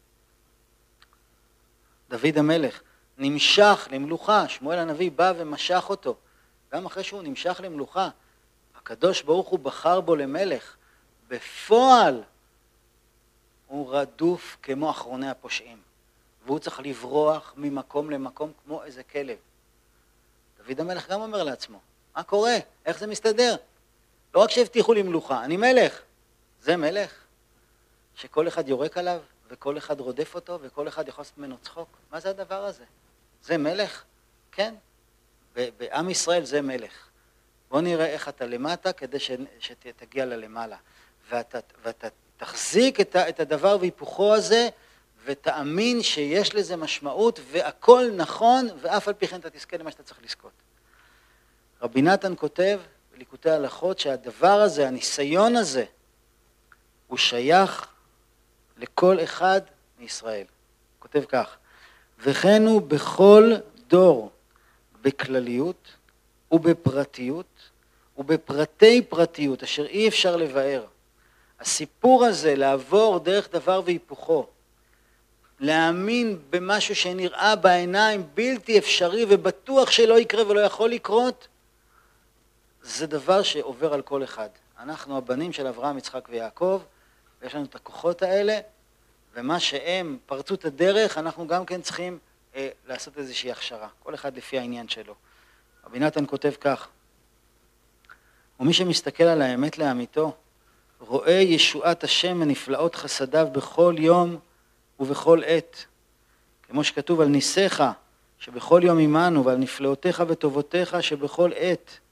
דוד המלך נמשך למלוכה, שמואל הנביא בא ומשך אותו. גם אחרי שהוא נמשך למלוכה, הקדוש ברוך הוא בחר בו למלך. בפועל הוא רדוף כמו אחרוני הפושעים, והוא צריך לברוח ממקום למקום כמו איזה כלב. דוד המלך גם אומר לעצמו, מה קורה? איך זה מסתדר? לא רק שהבטיחו לי מלוכה, אני מלך. זה מלך שכל אחד יורק עליו, וכל אחד רודף אותו, וכל אחד יכול לעשות ממנו צחוק. מה זה הדבר הזה? זה מלך? כן. בעם ישראל זה מלך. בוא נראה איך אתה למטה כדי שתגיע ללמעלה. ואתה תחזיק את הדבר והיפוכו הזה, ותאמין שיש לזה משמעות, והכל נכון, ואף על פי כן אתה תזכה למה שאתה צריך לזכות. רבי נתן כותב בליקוטי הלכות שהדבר הזה, הניסיון הזה, הוא שייך לכל אחד מישראל. הוא כותב כך, וכן הוא בכל דור, בכלליות ובפרטיות ובפרטי פרטיות, אשר אי אפשר לבאר. הסיפור הזה, לעבור דרך דבר והיפוכו, להאמין במשהו שנראה בעיניים בלתי אפשרי ובטוח שלא יקרה ולא יכול לקרות, זה דבר שעובר על כל אחד. אנחנו הבנים של אברהם, יצחק ויעקב, ויש לנו את הכוחות האלה, ומה שהם פרצו את הדרך, אנחנו גם כן צריכים לעשות איזושהי הכשרה, כל אחד לפי העניין שלו. רבי נתן כותב כך, ומי שמסתכל על האמת לאמיתו, רואה ישועת השם ונפלאות חסדיו בכל יום ובכל עת. כמו שכתוב על ניסיך שבכל יום עמנו ועל נפלאותיך וטובותיך שבכל עת.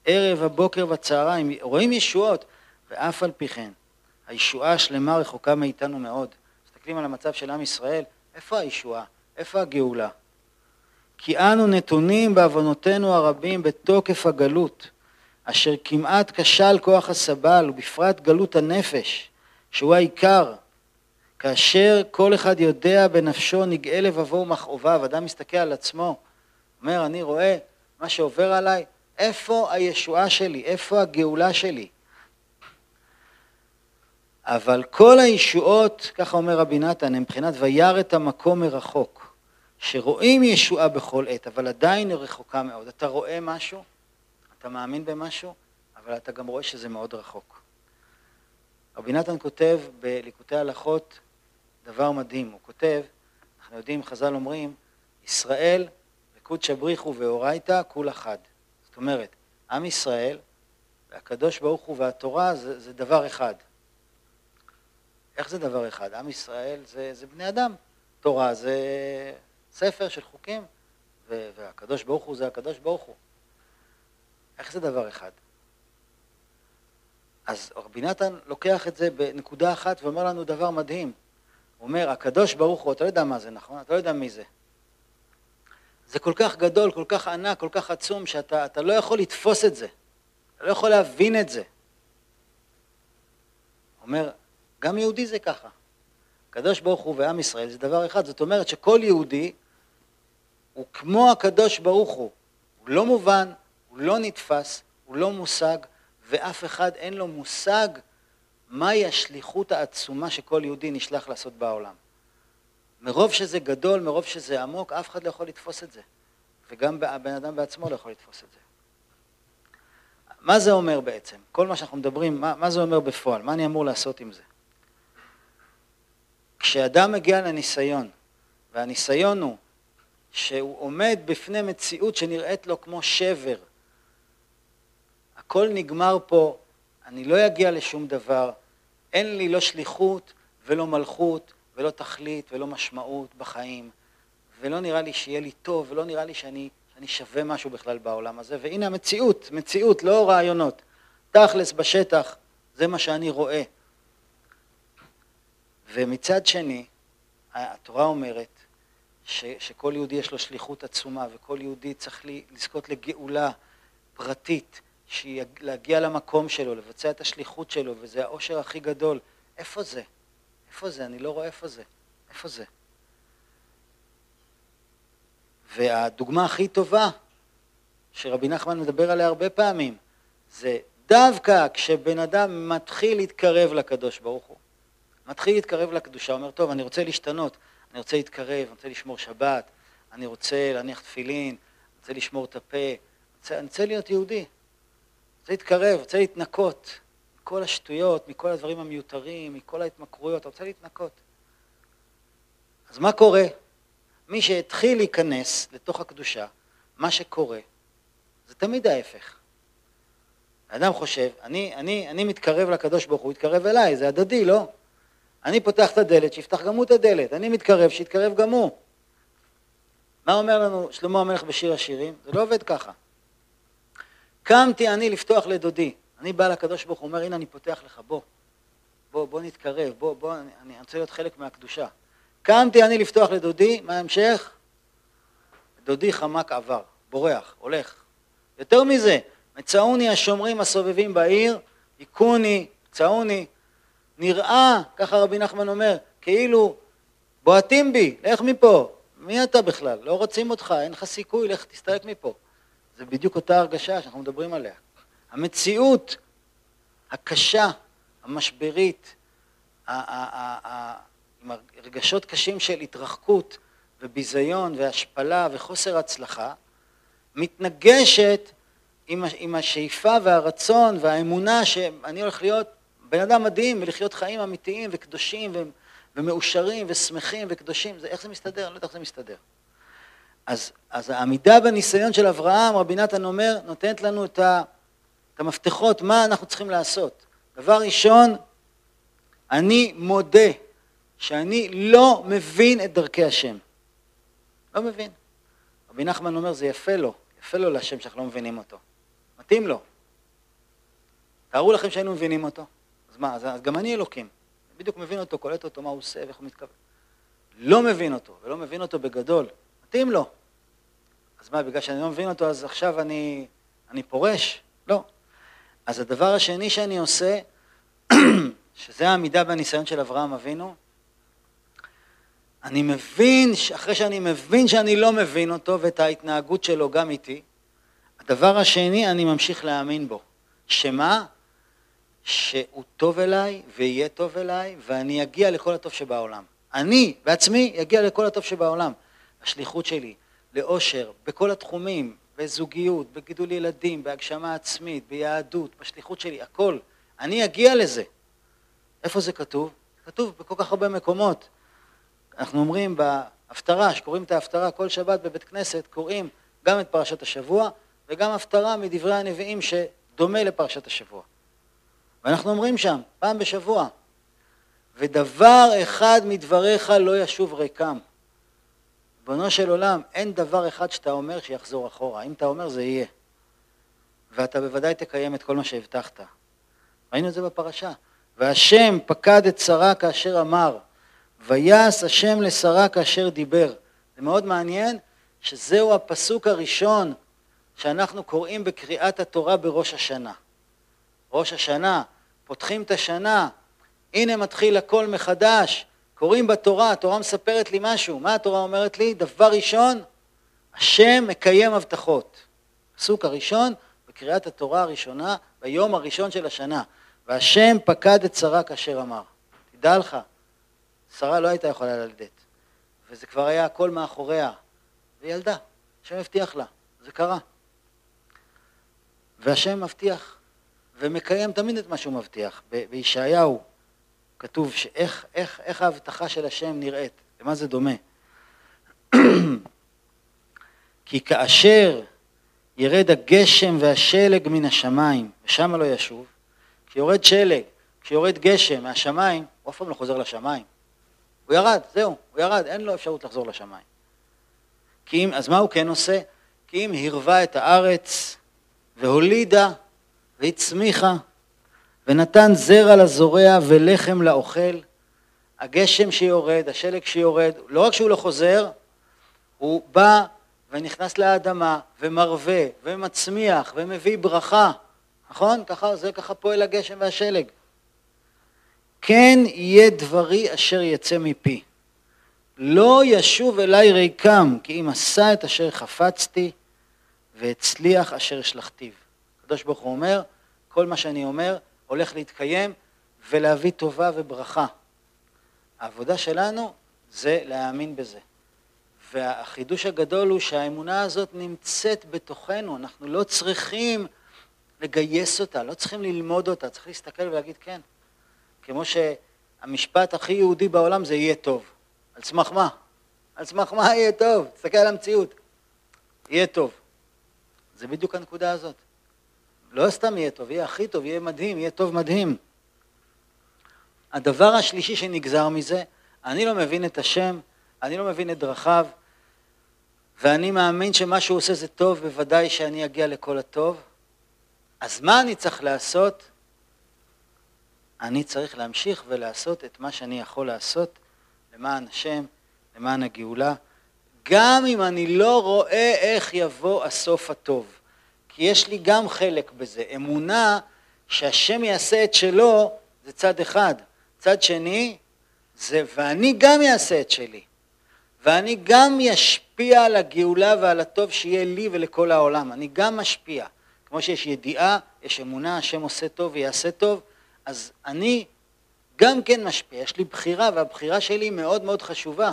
ערב, הבוקר והצהריים, רואים ישועות, ואף על פי כן, הישועה השלמה רחוקה מאיתנו מאוד. מסתכלים על המצב של עם ישראל, איפה הישועה? איפה הגאולה? כי אנו נתונים בעוונותינו הרבים בתוקף הגלות, אשר כמעט כשל כוח הסבל, ובפרט גלות הנפש, שהוא העיקר, כאשר כל אחד יודע בנפשו נגעה לבבו ומכאוביו. אדם מסתכל על עצמו, אומר, אני רואה מה שעובר עליי, איפה הישועה שלי, איפה הגאולה שלי? אבל כל הישועות, ככה אומר רבי נתן, הם מבחינת וירא את המקום מרחוק, שרואים ישועה בכל עת, אבל עדיין היא רחוקה מאוד. אתה רואה משהו, אתה מאמין במשהו, אבל אתה גם רואה שזה מאוד רחוק. רבי נתן כותב בליקוטי הלכות דבר מדהים, הוא כותב, אנחנו יודעים, חז"ל אומרים, ישראל וקודשא בריחו ואורייתא כול אחד. זאת אומרת, עם ישראל והקדוש ברוך הוא והתורה זה דבר אחד. איך זה דבר אחד? עם ישראל זה בני אדם. תורה זה ספר של חוקים, והקדוש ברוך הוא זה הקדוש ברוך הוא. איך זה דבר אחד? אז רבי נתן לוקח את זה בנקודה אחת ואומר לנו דבר מדהים. הוא אומר, הקדוש ברוך הוא, אתה לא יודע מה זה, נכון? אתה לא יודע מי זה. זה כל כך גדול, כל כך ענק, כל כך עצום, שאתה לא יכול לתפוס את זה. אתה לא יכול להבין את זה. הוא אומר, גם יהודי זה ככה. הקדוש ברוך הוא ועם ישראל זה דבר אחד. זאת אומרת שכל יהודי הוא כמו הקדוש ברוך הוא. הוא לא מובן, הוא לא נתפס, הוא לא מושג, ואף אחד אין לו מושג מהי השליחות העצומה שכל יהודי נשלח לעשות בעולם. מרוב שזה גדול, מרוב שזה עמוק, אף אחד לא יכול לתפוס את זה. וגם הבן אדם בעצמו לא יכול לתפוס את זה. מה זה אומר בעצם? כל מה שאנחנו מדברים, מה זה אומר בפועל? מה אני אמור לעשות עם זה? כשאדם מגיע לניסיון, והניסיון הוא שהוא עומד בפני מציאות שנראית לו כמו שבר, הכל נגמר פה, אני לא אגיע לשום דבר, אין לי לא שליחות ולא מלכות ולא תכלית ולא משמעות בחיים, ולא נראה לי שיהיה לי טוב, ולא נראה לי שאני שווה משהו בכלל בעולם הזה, והנה המציאות, מציאות, לא רעיונות, תכלס בשטח, זה מה שאני רואה. ומצד שני, התורה אומרת שכל יהודי יש לו שליחות עצומה, וכל יהודי צריך לזכות לגאולה פרטית, להגיע למקום שלו, לבצע את השליחות שלו, וזה האושר הכי גדול. איפה זה? איפה זה? אני לא רואה איפה זה. איפה זה? והדוגמה הכי טובה, שרבי נחמן מדבר עליה הרבה פעמים, זה דווקא כשבן אדם מתחיל להתקרב לקדוש ברוך הוא, מתחיל להתקרב לקדושה, הוא אומר, טוב, אני רוצה להשתנות, אני רוצה להתקרב, אני רוצה לשמור שבת, אני רוצה להניח תפילין, אני רוצה לשמור את הפה, אני רוצה להיות יהודי, אני רוצה להתקרב, אני רוצה להתנקות, מכל השטויות, מכל הדברים המיותרים, מכל ההתמכרויות, אני רוצה להתנקות. אז מה קורה? מי שהתחיל להיכנס לתוך הקדושה, מה שקורה, זה תמיד ההפך. האדם חושב, אני מתקרב לקדוש ברוך הוא, יתקרב אליי, זה הדדי, לא? אני פותח את הדלת, שיפתח גם הוא את הדלת, אני מתקרב, שיתקרב גם הוא. מה אומר לנו שלמה המלך בשיר השירים? זה לא עובד ככה. קמתי אני לפתוח לדודי, אני בא לקדוש ברוך הוא, אומר, הנה אני פותח לך, בוא נתקרב, אני רוצה להיות חלק מהקדושה. קמתי אני לפתוח לדודי, מה ההמשך? דודי חמק עבר, בורח, הולך. יותר מזה, מצאוני השומרים הסובבים בעיר, עיקוני, צאוני, נראה, ככה רבי נחמן אומר, כאילו בועטים בי, לך מפה, מי אתה בכלל? לא רוצים אותך, אין לך סיכוי, לך תסתלק מפה. זה בדיוק אותה הרגשה שאנחנו מדברים עליה. המציאות הקשה, המשברית, עם הרגשות קשים של התרחקות וביזיון והשפלה וחוסר הצלחה, מתנגשת עם השאיפה והרצון והאמונה שאני הולך להיות בן אדם מדהים ולחיות חיים אמיתיים וקדושים ומאושרים ושמחים וקדושים. איך זה מסתדר? אני לא יודע איך זה מסתדר. אז העמידה בניסיון של אברהם, רבי נתן אומר, נותנת לנו את המפתחות, מה אנחנו צריכים לעשות. דבר ראשון, אני מודה שאני לא מבין את דרכי השם. לא מבין. רבי נחמן אומר, זה יפה לו להשם שאנחנו לא מבינים אותו. מתאים לו. תארו לכם שהיינו מבינים אותו. אז מה, אז גם אני אלוקים. בדיוק מבין אותו, קולט אותו, מה הוא עושה, ואיך הוא מתכוון. לא מבין אותו, ולא מבין אותו בגדול. מתאים לו. אז מה, בגלל שאני לא מבין אותו, אז עכשיו אני פורש? לא. אז הדבר השני שאני עושה, שזה העמידה בניסיון של אברהם אבינו, אני מבין, אחרי שאני מבין שאני לא מבין אותו, ואת ההתנהגות שלו גם איתי, הדבר השני, אני ממשיך להאמין בו. שמה? שהוא טוב אליי, ויהיה טוב אליי, ואני אגיע לכל הטוב שבעולם. אני בעצמי אגיע לכל הטוב שבעולם. השליחות שלי, לאושר, בכל התחומים, בזוגיות, בגידול ילדים, בהגשמה עצמית, ביהדות, בשליחות שלי, הכל. אני אגיע לזה. איפה זה כתוב? כתוב בכל כך הרבה מקומות. אנחנו אומרים בהפטרה, שקוראים את ההפטרה כל שבת בבית כנסת, קוראים גם את פרשת השבוע, וגם הפטרה מדברי הנביאים שדומה לפרשת השבוע. ואנחנו אומרים שם, פעם בשבוע, ודבר אחד מדבריך לא ישוב ריקם. בנו של עולם, אין דבר אחד שאתה אומר שיחזור אחורה. אם אתה אומר, זה יהיה. ואתה בוודאי תקיים את כל מה שהבטחת. ראינו את זה בפרשה. והשם פקד את שרה כאשר אמר, ויעש השם לשרה כאשר דיבר. זה מאוד מעניין שזהו הפסוק הראשון שאנחנו קוראים בקריאת התורה בראש השנה. ראש השנה, פותחים את השנה, הנה מתחיל הכל מחדש, קוראים בתורה, התורה מספרת לי משהו. מה התורה אומרת לי? דבר ראשון, השם מקיים הבטחות. פסוק הראשון בקריאת התורה הראשונה, ביום הראשון של השנה. והשם פקד את שרה כאשר אמר. תדע לך, שרה לא הייתה יכולה ללדת, וזה כבר היה הכל מאחוריה, וילדה, השם הבטיח לה, זה קרה. והשם מבטיח, ומקיים תמיד את מה שהוא מבטיח. בישעיהו כתוב איך ההבטחה של השם נראית, למה זה דומה? כי כאשר ירד הגשם והשלג מן השמיים, ושם לא ישוב, כשיורד שלג, כשיורד גשם מהשמיים, הוא אף פעם לא חוזר לשמיים. הוא ירד, זהו, הוא ירד, אין לו אפשרות לחזור לשמיים. אז מה הוא כן עושה? כי אם הרווה את הארץ, והולידה, והצמיחה, ונתן זרע לזורע ולחם לאוכל, הגשם שיורד, השלג שיורד, לא רק שהוא לא חוזר, הוא בא ונכנס לאדמה, ומרווה, ומצמיח, ומביא ברכה. נכון? ככה פועל הגשם והשלג. כן יהיה דברי אשר יצא מפי. לא ישוב אליי ריקם, כי אם עשה את אשר חפצתי, והצליח אשר השלחתיו. הקדוש ברוך הוא אומר, כל מה שאני אומר הולך להתקיים ולהביא טובה וברכה. העבודה שלנו זה להאמין בזה. והחידוש הגדול הוא שהאמונה הזאת נמצאת בתוכנו, אנחנו לא צריכים לגייס אותה, לא צריכים ללמוד אותה, צריך להסתכל ולהגיד כן. כמו שהמשפט הכי יהודי בעולם זה יהיה טוב. על סמך מה? על סמך מה יהיה טוב? תסתכל על המציאות. יהיה טוב. זה בדיוק הנקודה הזאת. לא סתם יהיה טוב, יהיה הכי טוב, יהיה מדהים, יהיה טוב מדהים. הדבר השלישי שנגזר מזה, אני לא מבין את השם, אני לא מבין את דרכיו, ואני מאמין שמה שהוא עושה זה טוב, בוודאי שאני אגיע לכל הטוב. אז מה אני צריך לעשות? אני צריך להמשיך ולעשות את מה שאני יכול לעשות למען השם, למען הגאולה, גם אם אני לא רואה איך יבוא הסוף הטוב. כי יש לי גם חלק בזה. אמונה שהשם יעשה את שלו זה צד אחד. צד שני זה ואני גם יעשה את שלי. ואני גם ישפיע על הגאולה ועל הטוב שיהיה לי ולכל העולם. אני גם משפיע. כמו שיש ידיעה, יש אמונה, השם עושה טוב ויעשה טוב, אז אני גם כן משפיע. יש לי בחירה, והבחירה שלי מאוד מאוד חשובה.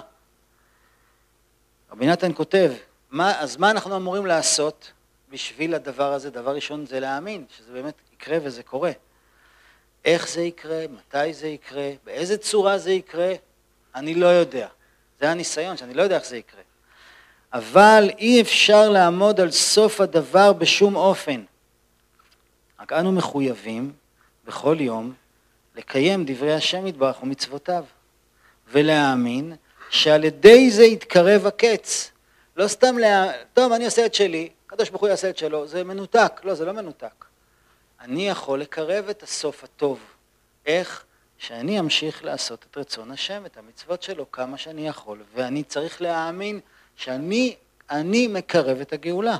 רבי נתן כותב, אז מה אנחנו אמורים לעשות בשביל הדבר הזה? דבר ראשון זה להאמין, שזה באמת יקרה וזה קורה. איך זה יקרה, מתי זה יקרה, באיזה צורה זה יקרה, אני לא יודע. זה הניסיון, שאני לא יודע איך זה יקרה. אבל אי אפשר לעמוד על סוף הדבר בשום אופן. רק אנו מחויבים בכל יום לקיים דברי השם יתברך ומצוותיו, ולהאמין שעל ידי זה יתקרב הקץ. לא סתם טוב, אני עושה את שלי, הקדוש ברוך הוא יעשה את שלו, זה מנותק. לא, זה לא מנותק. אני יכול לקרב את הסוף הטוב. איך? שאני אמשיך לעשות את רצון השם, את המצוות שלו, כמה שאני יכול, ואני צריך להאמין שאני מקרב את הגאולה,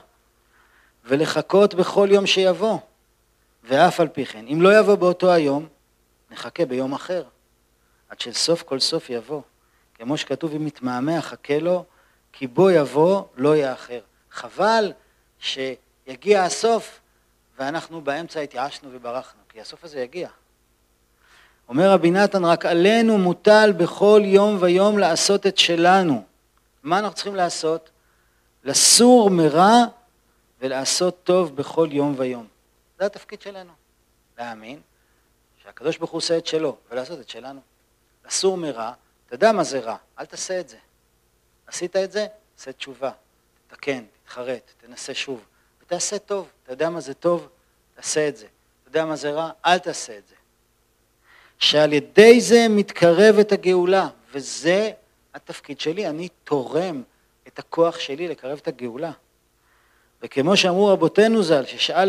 ולחכות בכל יום שיבוא, ואף על פי כן. אם לא יבוא באותו היום, נחכה ביום אחר, עד שסוף כל סוף יבוא. כמו שכתוב, אם מתמהמה, חכה לו, כי בו יבוא, לא יאחר. חבל שיגיע הסוף, ואנחנו באמצע התייאשנו וברחנו, כי הסוף הזה יגיע. אומר רבי נתן, רק עלינו מוטל בכל יום ויום לעשות את שלנו. מה אנחנו צריכים לעשות? לסור מרע ולעשות טוב בכל יום ויום. זה התפקיד שלנו. להאמין שהקדוש ברוך הוא עושה את שלו ולעשות את שלנו. לסור מרע, אתה יודע מה זה רע, אל תעשה את זה. עשית את זה? עשה תשובה, תתקן, תתחרט, תנסה שוב. ותעשה טוב, אתה יודע מה זה טוב? תעשה את זה. אתה יודע מה זה רע? אל תעשה את זה. שעל ידי זה מתקרבת הגאולה, וזה התפקיד שלי, אני תורם את הכוח שלי לקרב את הגאולה. וכמו שאמרו רבותינו ז"ל, ששאל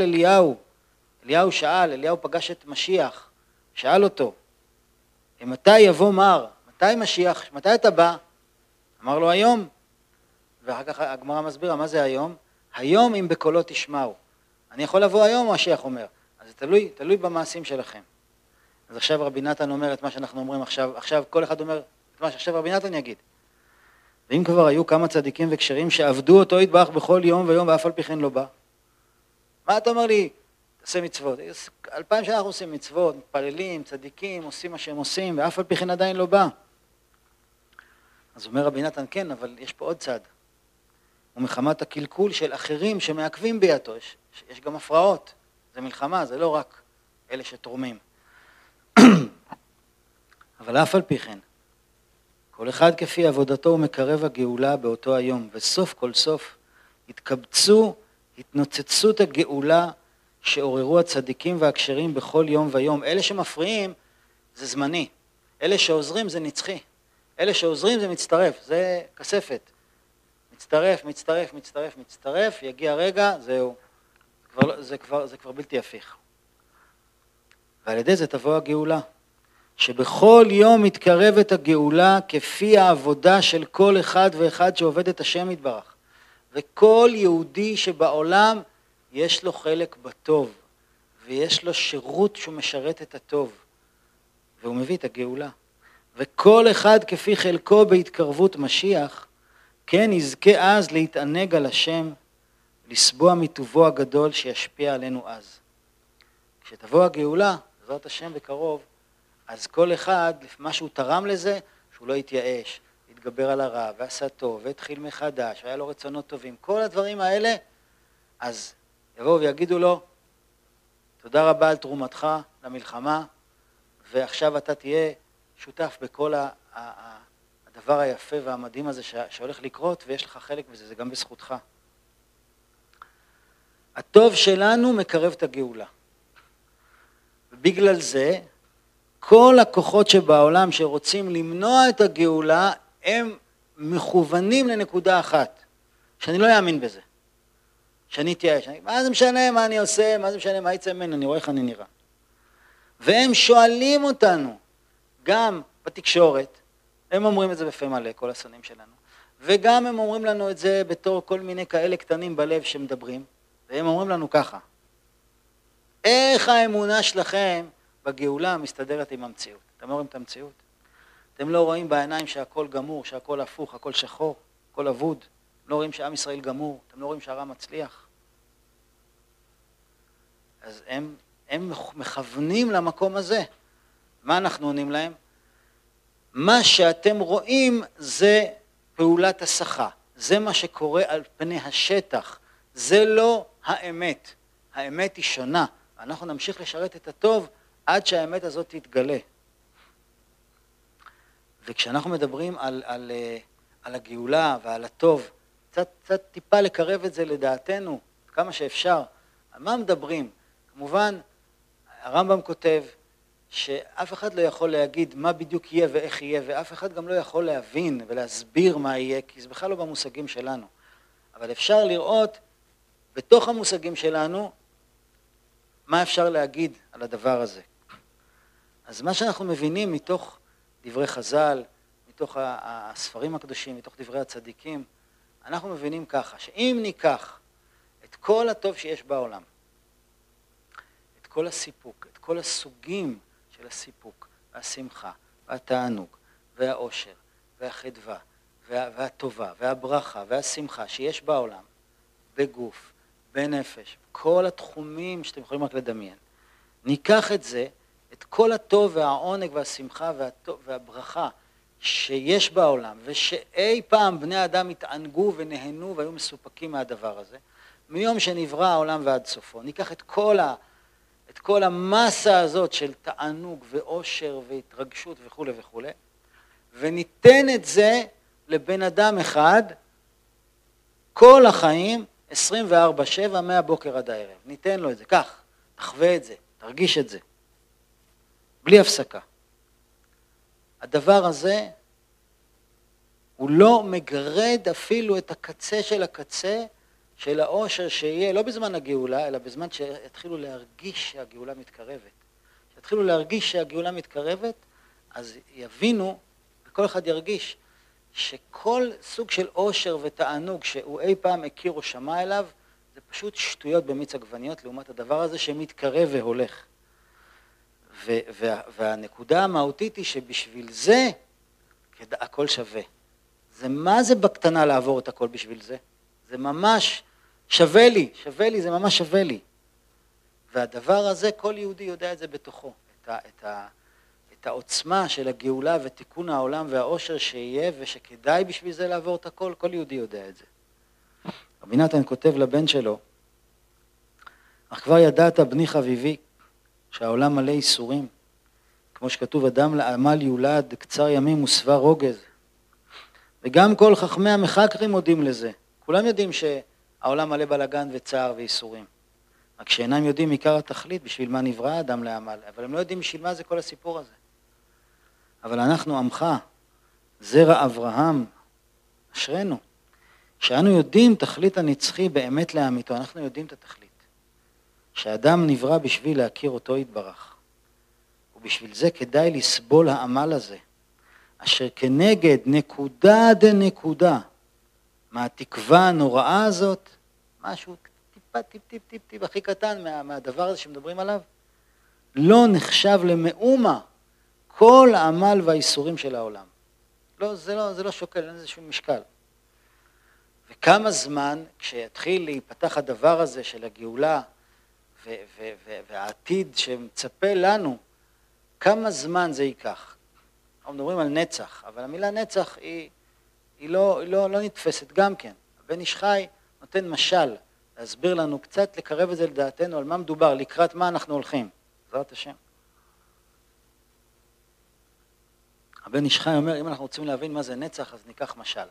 אליהו פגש את משיח, שאל אותו, מתי יבוא מר, מתי משיח, מתי אתה בא? אמר לו היום, ואחר כך הגמרא מסבירה, מה זה היום? היום אם בקולו תשמעו. אני יכול לבוא היום, משיח אומר, אז זה תלוי במעשים שלכם. אז עכשיו רבי נתן אומר את מה שאנחנו אומרים עכשיו כל אחד אומר את מה שעכשיו רבי נתן יגיד. ואם כבר היו כמה צדיקים וקשרים שעבדו אותו יתברך בכל יום ויום ואף על פי כן לא בא. מה אתה אומר לי? תעשה מצוות. 2000 שנה אנחנו עושים מצוות, מתפללים, צדיקים, עושים מה שהם עושים, ואף על פי כן עדיין לא בא. אז אומר רבי נתן כן, אבל יש פה עוד צד. ומחמת הקלקול של אחרים שמעכבים ביתו, יש גם הפרעות. זה מלחמה, זה לא רק אלה שתורמים. אבל אף על פי כן, כל אחד כפי עבודתו הוא מקרב הגאולה באותו היום, וסוף כל סוף התקבצו התנוצצות הגאולה שעוררו הצדיקים והקשרים בכל יום ויום. אלה שמפריעים זה זמני, אלה שעוזרים זה נצחי, אלה שעוזרים זה מצטרף, זה כספת, מצטרף, יגיע רגע, זהו, זה כבר בלתי הפיך. ועל ידי זה תבוא הגאולה, שבכל יום מתקרבת הגאולה כפי העבודה של כל אחד ואחד שעובד את השם יתברך. וכל יהודי שבעולם יש לו חלק בטוב, ויש לו שירות שהוא משרת את הטוב, והוא מביא את הגאולה. וכל אחד כפי חלקו בהתקרבות משיח, כן יזכה אז להתענג על השם, לסבוע מטובו הגדול שישפיע עלינו אז. כשתבוא הגאולה, בעזרת השם בקרוב, אז כל אחד, מה שהוא תרם לזה, שהוא לא יתייאש, יתגבר על הרע, ועשה טוב, והתחיל מחדש, והיה לו רצונות טובים, כל הדברים האלה, אז יבואו ויגידו לו, תודה רבה על תרומתך למלחמה, ועכשיו אתה תהיה שותף בכל הדבר היפה והמדהים הזה שהולך לקרות, ויש לך חלק בזה, זה גם בזכותך. הטוב שלנו מקרב את הגאולה. ובגלל זה, כל הכוחות שבעולם שרוצים למנוע את הגאולה, הם מכוונים לנקודה אחת, שאני לא יאמין בזה, שאני אתייאש, מה זה משנה מה אני עושה, מה זה משנה מה יצא ממנו, אני רואה איך אני נראה. והם שואלים אותנו, גם בתקשורת, הם אומרים את זה בפה מלא, כל השונאים שלנו, וגם הם אומרים לנו את זה בתור כל מיני כאלה קטנים בלב שמדברים, והם אומרים לנו ככה, איך האמונה שלכם בגאולה מסתדרת עם המציאות? אתם לא רואים את המציאות? אתם לא רואים בעיניים שהכל גמור, שהכל הפוך, הכל שחור, הכל אבוד? אתם לא רואים שעם ישראל גמור? אתם לא רואים שהרע מצליח? אז הם מכוונים למקום הזה. מה אנחנו עונים להם? מה שאתם רואים זה פעולת הסחה. זה מה שקורה על פני השטח. זה לא האמת. האמת היא שונה. אנחנו נמשיך לשרת את הטוב עד שהאמת הזאת תתגלה. וכשאנחנו מדברים על הגאולה ועל הטוב, קצת טיפה לקרב את זה לדעתנו, כמה שאפשר. על מה מדברים? כמובן, הרמב"ם כותב שאף אחד לא יכול להגיד מה בדיוק יהיה ואיך יהיה, ואף אחד גם לא יכול להבין ולהסביר מה יהיה, כי זה בכלל לא במושגים שלנו. אבל אפשר לראות בתוך המושגים שלנו מה אפשר להגיד על הדבר הזה? אז מה שאנחנו מבינים מתוך דברי חז"ל, מתוך הספרים הקדושים, מתוך דברי הצדיקים, אנחנו מבינים ככה, שאם ניקח את כל הטוב שיש בעולם, את כל הסיפוק, את כל הסוגים של הסיפוק, והשמחה, והתענוג, והאושר, והחדווה, והטובה, והברכה, והשמחה שיש בעולם, בגוף, בנפש, כל התחומים שאתם יכולים רק לדמיין. ניקח את זה, את כל הטוב והעונג והשמחה והברכה שיש בעולם, ושאי פעם בני אדם התענגו ונהנו והיו מסופקים מהדבר הזה, מיום שנברא העולם ועד סופו. ניקח את כל המסה הזאת של תענוג ואושר והתרגשות וכו' וכו', וניתן את זה לבן אדם אחד, כל החיים, 24/7, מהבוקר עד הערב. ניתן לו את זה, כך, תחווה את זה, תרגיש את זה, בלי הפסקה. הדבר הזה, הוא לא מגרד אפילו את הקצה של הקצה של האושר שיהיה, לא בזמן הגאולה, אלא בזמן שיתחילו להרגיש שהגאולה מתקרבת. שיתחילו להרגיש שהגאולה מתקרבת, אז יבינו, וכל אחד ירגיש, שכל סוג של אושר ותענוג שהוא אי פעם הכיר או שמע אליו, זה פשוט שטויות במיץ עגבניות לעומת הדבר הזה שמתקרב והולך. והנקודה המהותית היא שבשביל זה הכל שווה. זה מה זה בקטנה לעבור את הכל בשביל זה? זה ממש שווה לי, זה ממש שווה לי. והדבר הזה, כל יהודי יודע את זה בתוכו, את העוצמה של הגאולה ותיקון העולם והאושר שיהיה, ושכדאי בשביל זה לעבור את הכל, כל יהודי יודע את זה. רבי נתן כותב לבן שלו, אך כבר ידעת בני חביבי, שהעולם מלא איסורים, כמו שכתוב, אדם לעמל יולד, קצר ימים ושבע רוגז. וגם כל חכמי המחקרים מודים לזה. כולם יודעים שהעולם מלא בלגן וצער ואיסורים. רק שאינם יודעים עיקר התכלית, בשביל מה נברא האדם לעמל, אבל הם לא יודעים בשביל מה זה כל הסיפור הזה. אבל אנחנו עמך, זרע אברהם, אשרנו, שאנו יודעים תכלית הנצחי באמת לאמיתו, אנחנו יודעים את התכלית. שאדם נברא בשביל להכיר אותו יתברך. ובשביל זה כדאי לסבול העמל הזה, אשר כנגד נקודה דנקודה, מהתקווה הנוראה הזאת, משהו טיפ הכי קטן מהדבר הזה שמדברים עליו, לא נחשב למאומה כל העמל והאיסורים של העולם. לא, זה לא שוקל, אין איזה שום משקל. וכמה זמן כשיתחיל להיפתח הדבר הזה של הגאולה והעתיד שמצפה לנו, כמה זמן זה ייקח? אנחנו מדברים על נצח, אבל המילה נצח היא לא נתפסת גם כן. הבן איש חי נותן משל, להסביר לנו קצת, לקרב את זה לדעתנו, על מה מדובר, לקראת מה אנחנו הולכים. בעזרת השם. הבן איש חי אומר, אם אנחנו רוצים להבין מה זה נצח, אז ניקח משל.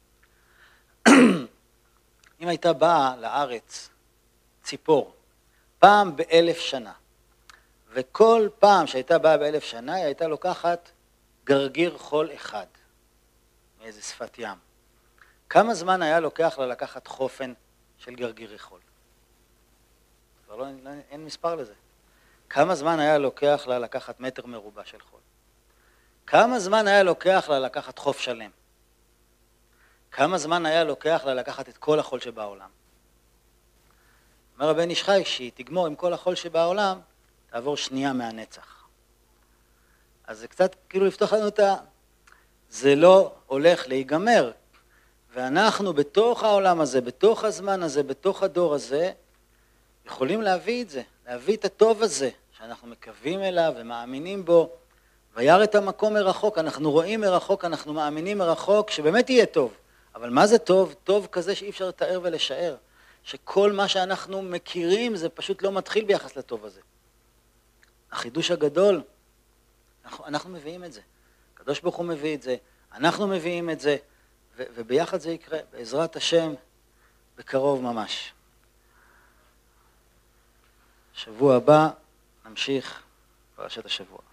אם הייתה באה לארץ ציפור, פעם ב1000 שנה, וכל פעם שהייתה באה ב1000 שנה, היא הייתה לוקחת גרגיר חול אחד, מאיזה שפת ים. כמה זמן היה לוקח לה לקחת חופן של גרגירי חול? כבר אין מספר לזה. כמה זמן היה לוקח לה לקחת מטר מרובע של חול? כמה זמן היה לוקח לה לקחת חוף שלם? כמה זמן היה לוקח לה לקחת את כל החול שבעולם? אומר הבן איש חי, שהיא תגמור עם כל החול שבעולם, תעבור שנייה מהנצח. אז זה קצת כאילו לפתוח לנו זה לא הולך להיגמר. ואנחנו בתוך העולם הזה, בתוך הזמן הזה, בתוך הדור הזה, יכולים להביא את זה, להביא את הטוב הזה, שאנחנו מקווים אליו ומאמינים בו, וירא את המקום מרחוק, אנחנו רואים מרחוק, אנחנו מאמינים מרחוק, שבאמת יהיה טוב. אבל מה זה טוב? טוב כזה שאי אפשר לתאר ולשער. שכל מה שאנחנו מכירים זה פשוט לא מתחיל ביחס לטוב הזה. החידוש הגדול, אנחנו מביאים את זה. הקדוש ברוך הוא מביא את זה, אנחנו מביאים את זה, וביחד זה יקרה, בעזרת השם, בקרוב ממש. שבוע הבא נמשיך פרשת השבוע.